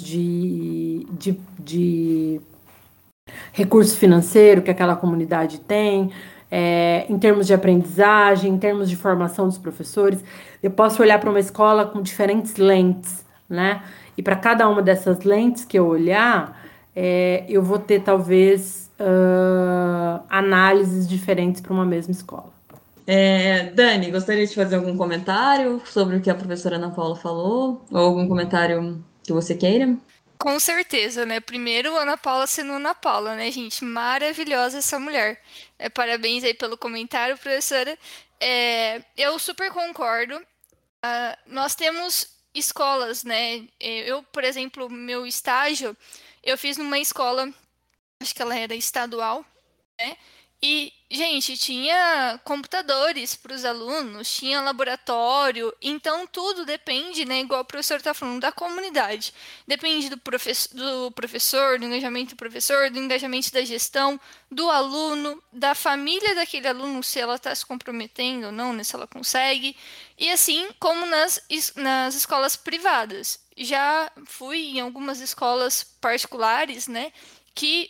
de recurso financeiro que aquela comunidade tem, em termos de aprendizagem, em termos de formação dos professores. Eu posso olhar para uma escola com diferentes lentes, né? E para cada uma dessas lentes que eu olhar, eu vou ter talvez análises diferentes para uma mesma escola. Dani, gostaria de fazer algum comentário sobre o que a professora Ana Paula falou? Ou algum comentário que você queira? Com certeza, né? Primeiro, Ana Paula sendo Ana Paula, né, gente? Maravilhosa essa mulher. Parabéns aí pelo comentário, professora. Eu super concordo. Nós temos escolas, né? Eu, por exemplo, meu estágio, eu fiz numa escola, acho que ela era estadual, né? E, gente, tinha computadores para os alunos, tinha laboratório, então tudo depende, né, igual o professor está falando, da comunidade. Depende do professor, do engajamento do professor, do engajamento da gestão, do aluno, da família daquele aluno, se ela está se comprometendo ou não, né, se ela consegue. E assim como nas escolas privadas. Já fui em algumas escolas particulares, né, que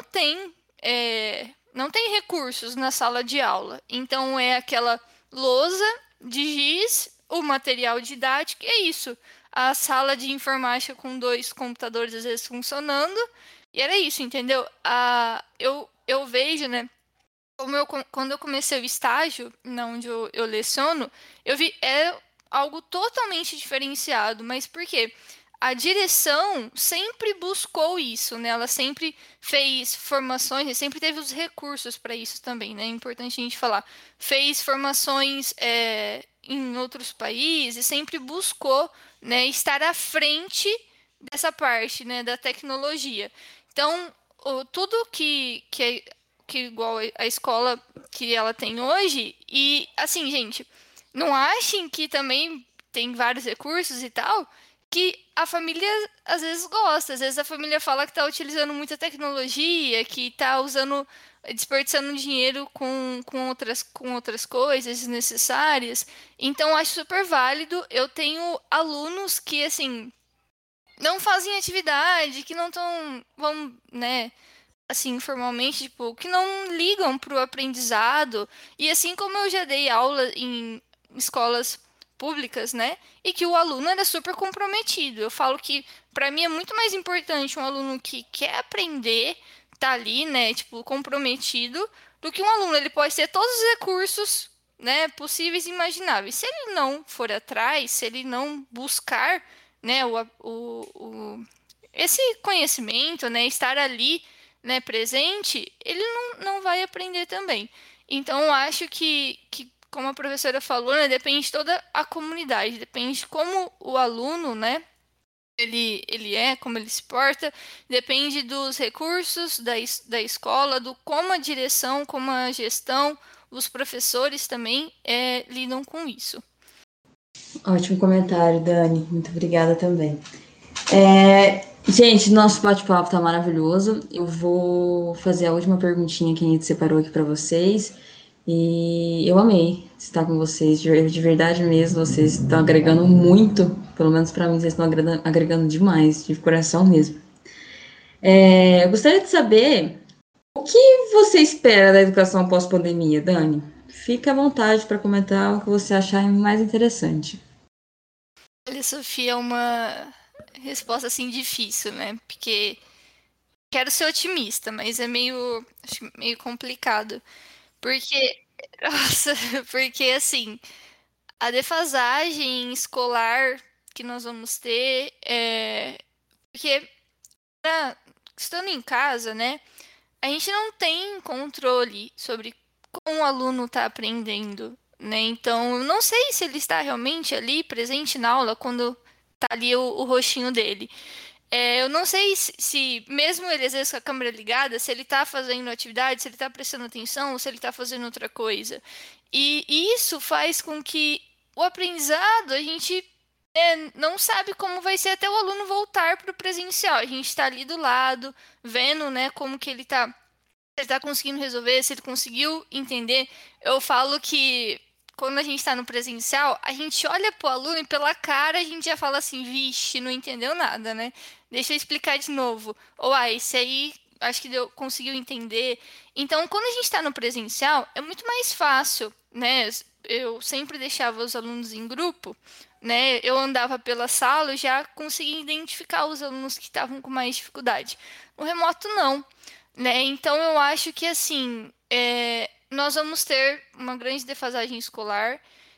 não tem recursos na sala de aula. Então é aquela lousa de giz, o material didático, e é isso. A sala de informática com 2 computadores às vezes funcionando. E era isso, entendeu? Eu vejo, né? Quando eu comecei o estágio, onde eu leciono, eu vi algo totalmente diferenciado. Mas por quê? A direção sempre buscou isso, né? Ela sempre fez formações, e sempre teve os recursos para isso também, né? É importante a gente falar. Fez formações em outros países, sempre buscou, né, estar à frente dessa parte, né, da tecnologia. Então, tudo que igual a escola que ela tem hoje, e assim, gente, não achem que também tem vários recursos e tal, que a família às vezes gosta. Às vezes a família fala que está utilizando muita tecnologia, que está desperdiçando dinheiro com outras coisas desnecessárias. Então, acho super válido. Eu tenho alunos que, assim, não fazem atividade, que não vão, né, assim, formalmente, tipo, que não ligam pro aprendizado. E assim como eu já dei aula em escolas públicas, né? E que o aluno era super comprometido. Eu falo que para mim é muito mais importante um aluno que quer aprender, tá ali, né, tipo, comprometido, do que um aluno, ele pode ter todos os recursos, né, possíveis e imagináveis. Se ele não for atrás, se ele não buscar, né, esse conhecimento, né, estar ali, né, presente, ele não vai aprender também. Então, eu acho que como a professora falou, né, depende de toda a comunidade, depende de como o aluno, né, ele como ele se porta, depende dos recursos da escola, do como a direção, como a gestão, os professores também lidam com isso. Ótimo comentário, Dani. Muito obrigada também. Gente, nosso bate-papo tá maravilhoso. Eu vou fazer a última perguntinha que a gente separou aqui para vocês. E eu amei estar com vocês, de verdade mesmo. Vocês estão agregando muito, pelo menos para mim, vocês estão agregando demais, de coração mesmo. Eu gostaria de saber o que você espera da educação pós-pandemia, Dani? Fique à vontade para comentar o que você achar mais interessante. Olha, Sofia, é uma resposta assim difícil, né? Porque quero ser otimista, mas acho meio complicado. Porque, nossa, porque assim, a defasagem escolar que nós vamos ter porque estando em casa, né, a gente não tem controle sobre como o aluno está aprendendo, né? Então, eu não sei se ele está realmente ali presente na aula quando tá ali o rostinho dele. Eu não sei se mesmo ele, às vezes, com a câmera ligada, se ele tá fazendo atividade, se ele tá prestando atenção ou se ele tá fazendo outra coisa. E isso faz com que o aprendizado, a gente não sabe como vai ser até o aluno voltar para o presencial. A gente está ali do lado, vendo, né, como que ele tá conseguindo resolver, se ele conseguiu entender. Eu falo que quando a gente está no presencial, a gente olha pro aluno e pela cara a gente já fala assim, vixe, não entendeu nada, né? Deixa eu explicar de novo. Ou, esse aí acho que conseguiu entender. Então, quando a gente está no presencial, é muito mais fácil, né? Eu sempre deixava os alunos em grupo, né? Eu andava pela sala, eu já conseguia identificar os alunos que estavam com mais dificuldade. No remoto, não, né? Então, eu acho que, assim, nós vamos ter uma grande defasagem escolar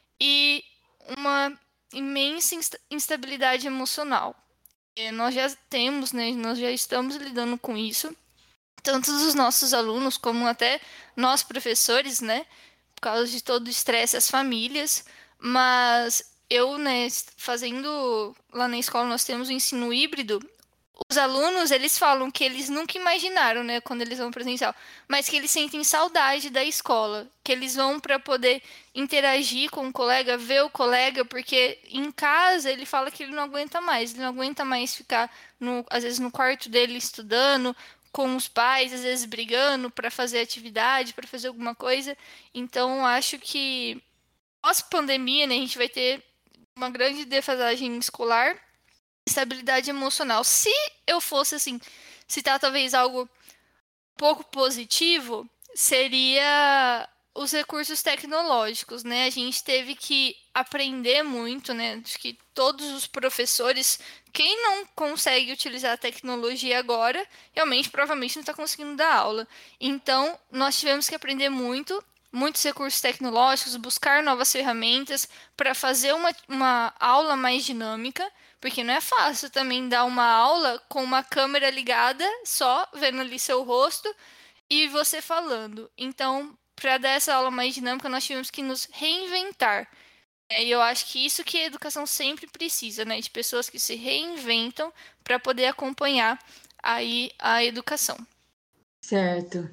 e uma imensa instabilidade emocional. Nós já temos, né? Nós já estamos lidando com isso, tanto os nossos alunos como até nós professores, né? Por causa de todo o estresse, as famílias. Mas eu, né, fazendo lá na escola, nós temos o ensino híbrido. Os alunos, eles falam que eles nunca imaginaram, né, quando eles vão presencial, mas que eles sentem saudade da escola, que eles vão para poder interagir com o colega, ver o colega, porque em casa ele fala que ele não aguenta mais, ele não aguenta mais ficar, às vezes, no quarto dele estudando, com os pais, às vezes brigando para fazer atividade, para fazer alguma coisa. Então, acho que pós-pandemia, né, a gente vai ter uma grande defasagem escolar, estabilidade emocional. Se eu fosse, assim, citar talvez algo um pouco positivo, seria os recursos tecnológicos, né? A gente teve que aprender muito, né? Acho que todos os professores, quem não consegue utilizar a tecnologia agora, realmente, provavelmente não está conseguindo dar aula. Então, nós tivemos que aprender muitos recursos tecnológicos, buscar novas ferramentas para fazer uma aula mais dinâmica, porque não é fácil também dar uma aula com uma câmera ligada, só vendo ali seu rosto e você falando. Então, para dar essa aula mais dinâmica, nós tivemos que nos reinventar. E eu acho que isso que a educação sempre precisa, né? De pessoas que se reinventam para poder acompanhar aí a educação. Certo.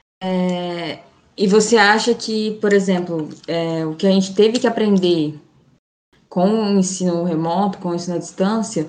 E você acha que, por exemplo, o que a gente teve que aprender com o ensino remoto, com o ensino à distância,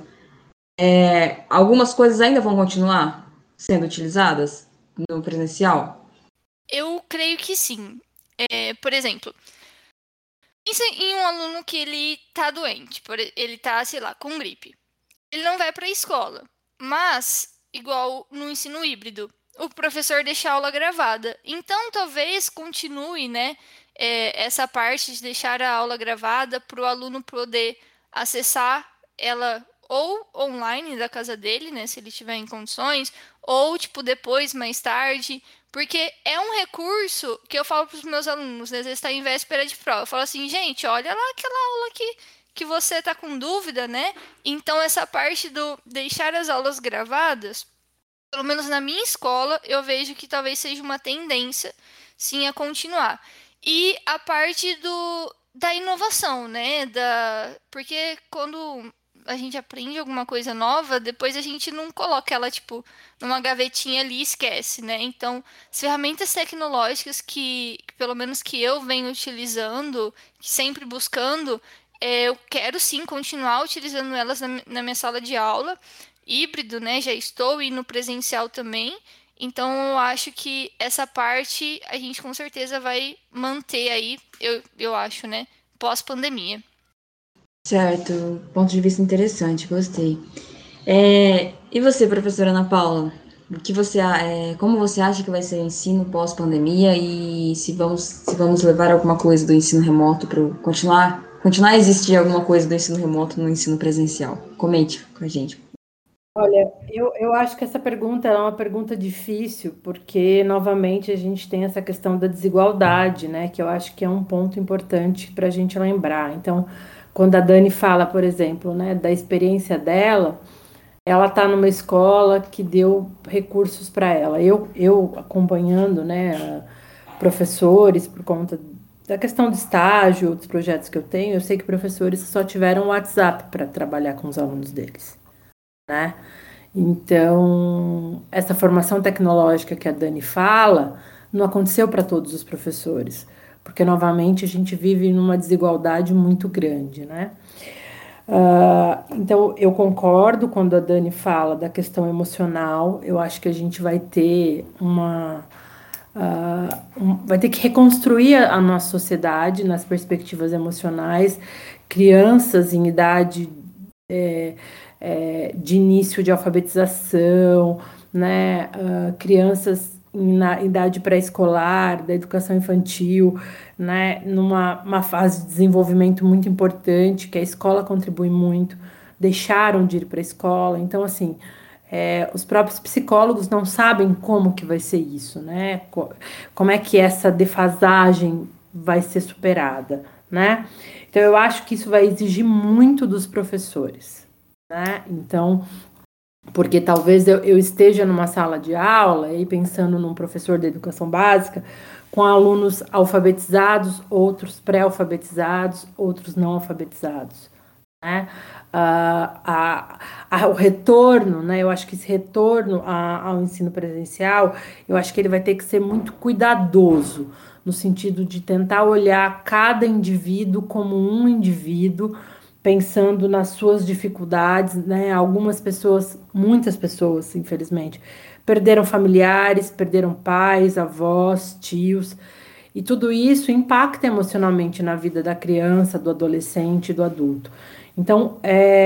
algumas coisas ainda vão continuar sendo utilizadas no presencial? Eu creio que sim. Por exemplo, pensa em um aluno que ele tá doente, ele tá, sei lá, com gripe. Ele não vai para a escola, mas, igual no ensino híbrido, o professor deixa a aula gravada. Então, talvez continue, né, essa parte de deixar a aula gravada para o aluno poder acessar ela ou online da casa dele, né, se ele tiver em condições, ou, tipo, depois, mais tarde, porque é um recurso que eu falo para os meus alunos, né, às vezes está em véspera de prova, eu falo assim, gente, olha lá aquela aula que você está com dúvida, né? Então, essa parte do deixar as aulas gravadas, pelo menos na minha escola, eu vejo que talvez seja uma tendência, sim, a continuar. E a parte da inovação, né? Porque quando a gente aprende alguma coisa nova, depois a gente não coloca ela, tipo, numa gavetinha ali e esquece, né? Então, as ferramentas tecnológicas que pelo menos que eu venho utilizando, sempre buscando, eu quero sim continuar utilizando elas na minha sala de aula, híbrido, né? Já estou e no presencial também. Então eu acho que essa parte a gente com certeza vai manter aí, eu acho, né? Pós-pandemia. Certo, ponto de vista interessante, gostei. E você, professora Ana Paula, como você acha que vai ser o ensino pós-pandemia e se vamos levar alguma coisa do ensino remoto para continuar a existir alguma coisa do ensino remoto no ensino presencial? Comente com a gente. Olha, eu acho que essa pergunta é uma pergunta difícil, porque, novamente, a gente tem essa questão da desigualdade, né? Que eu acho que é um ponto importante para a gente lembrar. Então, quando a Dani fala, por exemplo, né, da experiência dela, ela está numa escola que deu recursos para ela. Eu acompanhando, né, professores por conta da questão de estágio, outros projetos que eu tenho, eu sei que professores só tiveram WhatsApp para trabalhar com os alunos deles, né? Então, essa formação tecnológica que a Dani fala não aconteceu para todos os professores, porque, novamente, a gente vive numa desigualdade muito grande, né? Então, eu concordo quando a Dani fala da questão emocional. Eu acho que a gente vai ter vai ter que reconstruir a nossa sociedade nas perspectivas emocionais. Crianças em idade de início de alfabetização, né? Crianças na idade pré-escolar, da educação infantil, né? Numa fase de desenvolvimento muito importante, que a escola contribui muito, deixaram de ir para a escola. Então, assim, os próprios psicólogos não sabem como que vai ser isso, né? Como é que essa defasagem vai ser superada, né? Então, eu acho que isso vai exigir muito dos professores, né? Então, porque talvez eu esteja numa sala de aula e pensando num professor da educação básica com alunos alfabetizados, outros pré-alfabetizados, outros não alfabetizados, né? O retorno, né? Eu acho que esse retorno ao ensino presencial, eu acho que ele vai ter que ser muito cuidadoso, no sentido de tentar olhar cada indivíduo como um indivíduo, pensando nas suas dificuldades, né? Algumas pessoas, muitas pessoas, infelizmente, perderam familiares, perderam pais, avós, tios, e tudo isso impacta emocionalmente na vida da criança, do adolescente, do adulto. Então,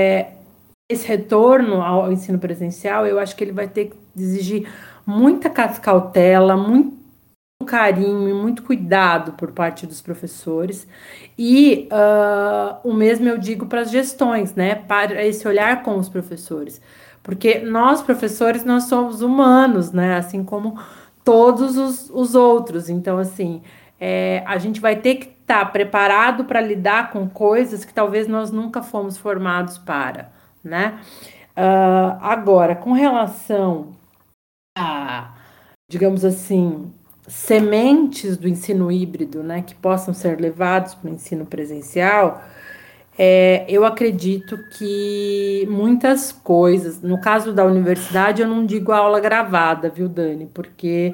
esse retorno ao ensino presencial, eu acho que ele vai ter que exigir muita cautela, muito carinho e muito cuidado por parte dos professores. E o mesmo eu digo para as gestões, né? Para esse olhar com os professores. Porque nós, professores, nós somos humanos, né? Assim como todos os outros. Então, assim, a gente vai ter que estar preparado para lidar com coisas que talvez nós nunca fomos formados para, né? Agora, com relação a, digamos assim, sementes do ensino híbrido, né, que possam ser levados para o ensino presencial, eu acredito que muitas coisas, no caso da universidade, eu não digo aula gravada, viu, Dani? Porque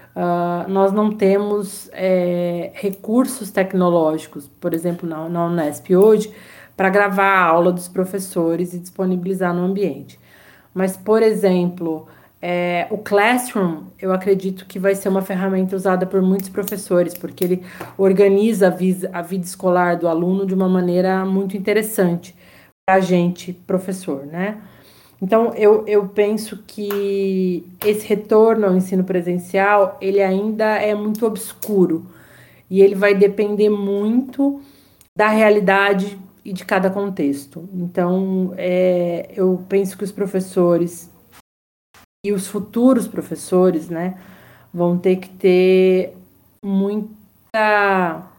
nós não temos recursos tecnológicos, por exemplo, na Unesp hoje, para gravar a aula dos professores e disponibilizar no ambiente. Mas, por exemplo, o Classroom, eu acredito que vai ser uma ferramenta usada por muitos professores, porque ele organiza a vida escolar do aluno de uma maneira muito interessante para a gente, professor, né? Então, eu penso que esse retorno ao ensino presencial, ele ainda é muito obscuro, e ele vai depender muito da realidade e de cada contexto. Então, eu penso que os professores e os futuros professores, né, vão ter que ter muita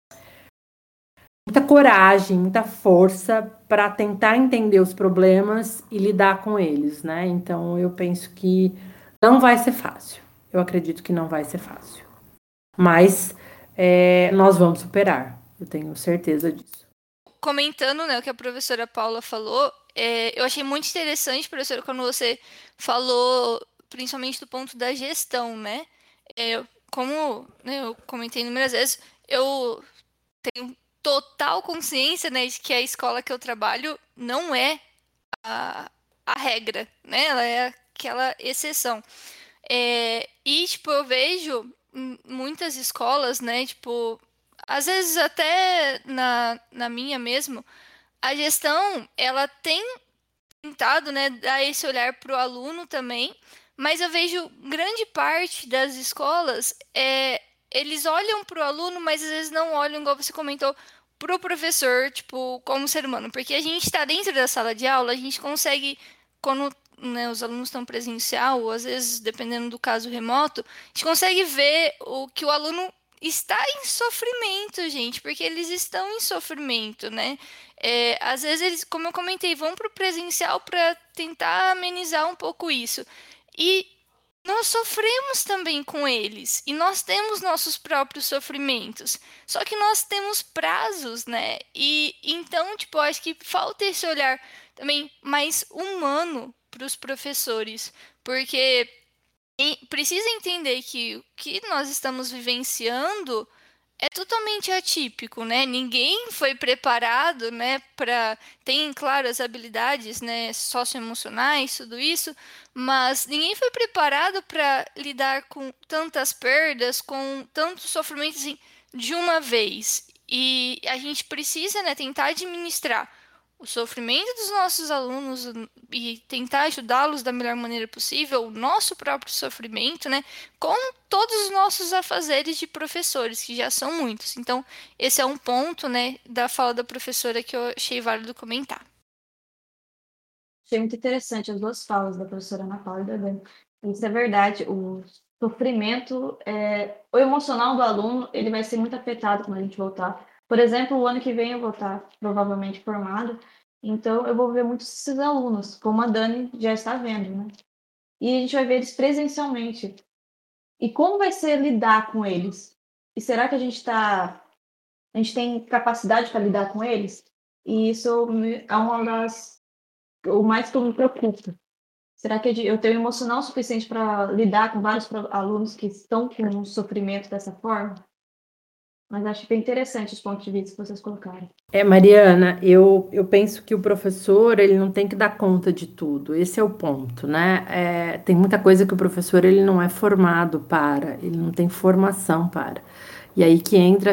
coragem, muita força para tentar entender os problemas e lidar com eles, né? Então, eu penso que não vai ser fácil. Eu acredito que não vai ser fácil. Mas nós vamos superar. Eu tenho certeza disso. Comentando, né, o que a professora Paula falou, eu achei muito interessante, professora, quando você falou, principalmente do ponto da gestão, né? Como, né, eu comentei inúmeras vezes, eu tenho total consciência, né, de que a escola que eu trabalho não é a regra, né? Ela é aquela exceção. E, tipo, eu vejo muitas escolas, né, tipo, às vezes até na minha mesmo, a gestão, ela tem tentado, né, dar esse olhar para o aluno também, mas eu vejo grande parte das escolas, eles olham para o aluno, mas às vezes não olham, igual você comentou, para o professor, tipo, como ser humano, porque a gente está dentro da sala de aula, a gente consegue, quando, né, os alunos estão presencial, ou às vezes, dependendo do caso remoto, a gente consegue ver o que o aluno está em sofrimento, gente, porque eles estão em sofrimento, né? Às vezes eles, como eu comentei, vão para o presencial para tentar amenizar um pouco isso. E nós sofremos também com eles. E nós temos nossos próprios sofrimentos. Só que nós temos prazos, né? E então, tipo, acho que falta esse olhar também mais humano para os professores, porque precisa entender que o que nós estamos vivenciando é totalmente atípico, né? Ninguém foi preparado, né, para tem, claro, as habilidades, né, socioemocionais, tudo isso, mas ninguém foi preparado para lidar com tantas perdas, com tantos sofrimentos assim, de uma vez. E a gente precisa, né, tentar administrar o sofrimento dos nossos alunos e tentar ajudá-los da melhor maneira possível, o nosso próprio sofrimento, né, com todos os nossos afazeres de professores, que já são muitos. Então, esse é um ponto, né, da fala da professora que eu achei válido comentar. Achei muito interessante as duas falas da professora Ana Paula e da Dani. Isso é verdade, o sofrimento, o emocional do aluno, ele vai ser muito afetado quando a gente voltar. Por exemplo, o ano que vem eu vou estar provavelmente formada, então eu vou ver muitos desses alunos, como a Dani já está vendo, né? E a gente vai ver eles presencialmente. E como vai ser lidar com eles? E será que a gente tem capacidade para lidar com eles? E isso é uma das o mais que eu me preocupo. Será que eu tenho emocional suficiente para lidar com vários alunos que estão com um sofrimento dessa forma? Mas acho bem interessante os pontos de vista que vocês colocaram. Mariana, eu penso que o professor, ele não tem que dar conta de tudo. Esse é o ponto, né? Tem muita coisa que o professor, ele não é formado para, ele não tem formação para. E aí que entra a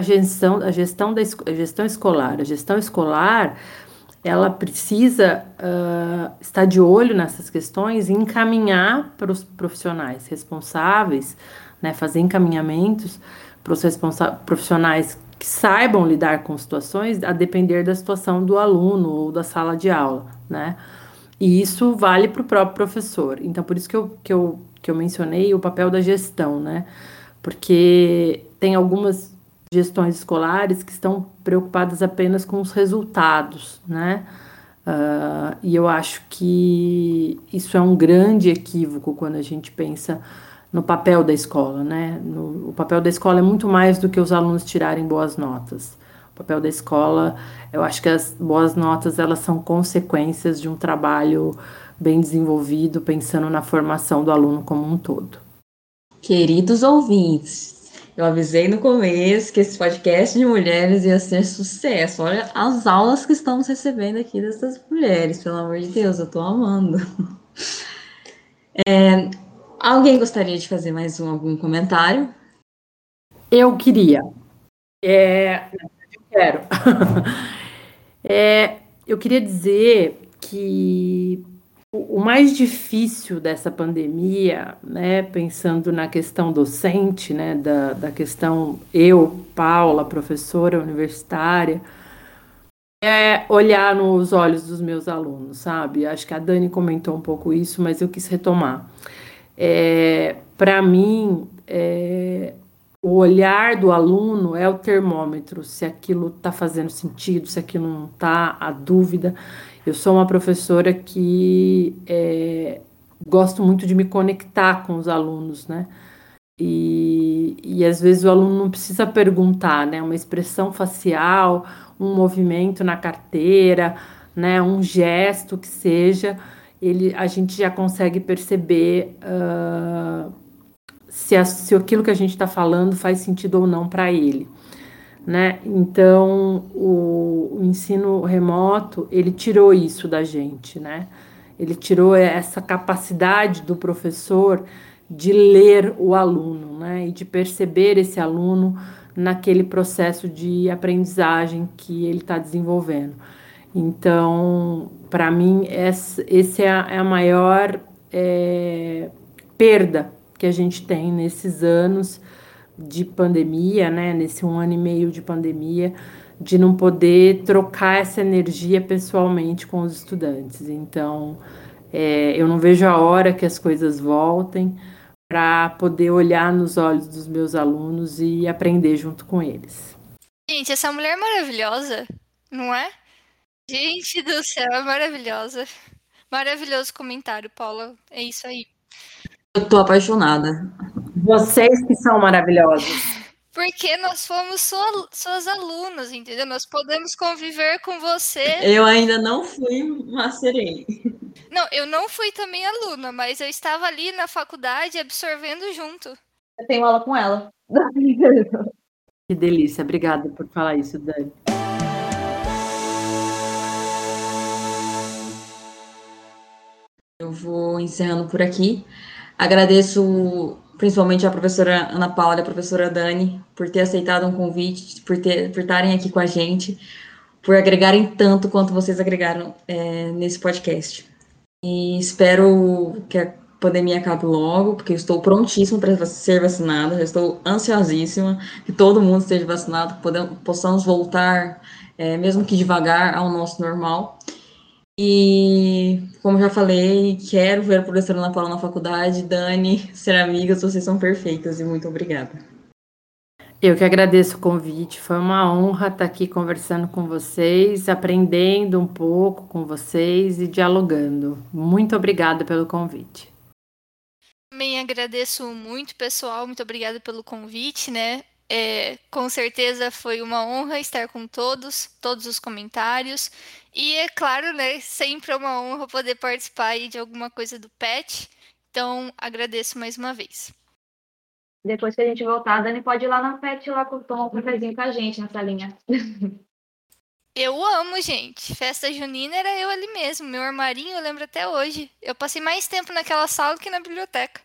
gestão escolar. A gestão escolar, ela precisa estar de olho nessas questões e encaminhar para os profissionais responsáveis, né, fazer encaminhamentos para os profissionais que saibam lidar com situações a depender da situação do aluno ou da sala de aula, né? E isso vale para o próprio professor. Então, por isso que eu mencionei o papel da gestão, né? Porque tem algumas gestões escolares que estão preocupadas apenas com os resultados, né? E eu acho que isso é um grande equívoco quando a gente pensa no papel da escola, né? O papel da escola é muito mais do que os alunos tirarem boas notas. O papel da escola, eu acho que as boas notas, elas são consequências de um trabalho bem desenvolvido, pensando na formação do aluno como um todo. Queridos ouvintes, eu avisei no começo que esse podcast de mulheres ia ser sucesso. Olha as aulas que estamos recebendo aqui dessas mulheres, pelo amor de Deus, eu tô amando. Alguém gostaria de fazer mais algum comentário? Eu queria. Eu quero. Eu queria dizer que o mais difícil dessa pandemia, né, pensando na questão docente, né, da questão Paula, professora universitária, é olhar nos olhos dos meus alunos, sabe? Acho que a Dani comentou um pouco isso, mas eu quis retomar. Para mim, o olhar do aluno é o termômetro, se aquilo está fazendo sentido, se aquilo não está, a dúvida. Eu sou uma professora que gosto muito de me conectar com os alunos, né? E às vezes o aluno não precisa perguntar, né? Uma expressão facial, um movimento na carteira, né? Um gesto que seja, a gente já consegue perceber se aquilo que a gente está falando faz sentido ou não para ele, né? Então, o ensino remoto, ele tirou isso da gente, né? Ele tirou essa capacidade do professor de ler o aluno, né? E de perceber esse aluno naquele processo de aprendizagem que ele está desenvolvendo. Então, para mim, esse é a maior perda que a gente tem nesses anos de pandemia, né? Nesse 1 ano e meio de pandemia, de não poder trocar essa energia pessoalmente com os estudantes. Então, eu não vejo a hora que as coisas voltem para poder olhar nos olhos dos meus alunos e aprender junto com eles. Gente, essa mulher é maravilhosa, não é? Gente do céu, é maravilhosa. Maravilhoso comentário, Paula. É isso aí. Eu tô apaixonada. Vocês que são maravilhosos. Porque nós fomos suas alunas, entendeu? Nós podemos conviver com você. Eu ainda não fui Macerei. Não, eu não fui também aluna, mas eu estava ali na faculdade absorvendo junto. Eu tenho aula com ela. Que delícia. Obrigada por falar isso, Dani. Eu vou encerrando por aqui. Agradeço principalmente a professora Ana Paula e a professora Dani por ter aceitado um convite, por estarem aqui com a gente, por agregarem tanto quanto vocês agregaram nesse podcast. E espero que a pandemia acabe logo, porque eu estou prontíssima para ser vacinada, já estou ansiosíssima que todo mundo esteja vacinado, que possamos voltar, mesmo que devagar, ao nosso normal. E, como já falei, quero ver a professora Ana Paula na faculdade. Dani, ser amigas, vocês são perfeitas e muito obrigada. Eu que agradeço o convite, foi uma honra estar aqui conversando com vocês, aprendendo um pouco com vocês e dialogando. Muito obrigada pelo convite. Também agradeço muito, pessoal, muito obrigada pelo convite, né? Com certeza foi uma honra estar com todos os comentários. E é claro, né? Sempre é uma honra poder participar aí de alguma coisa do PET. Então, agradeço mais uma vez. Depois que a gente voltar, a Dani pode ir lá na PET lá tomar um cafezinho com a gente na salinha. Eu amo, gente. Festa junina era eu ali mesmo. Meu armarinho eu lembro até hoje. Eu passei mais tempo naquela sala do que na biblioteca.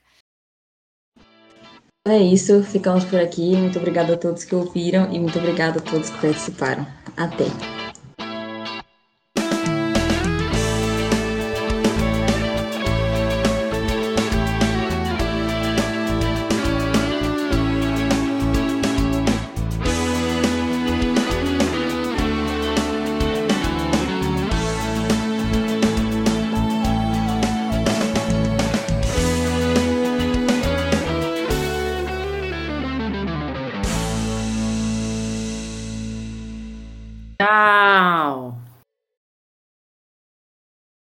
É isso, ficamos por aqui. Muito obrigada a todos que ouviram e muito obrigada a todos que participaram. Até!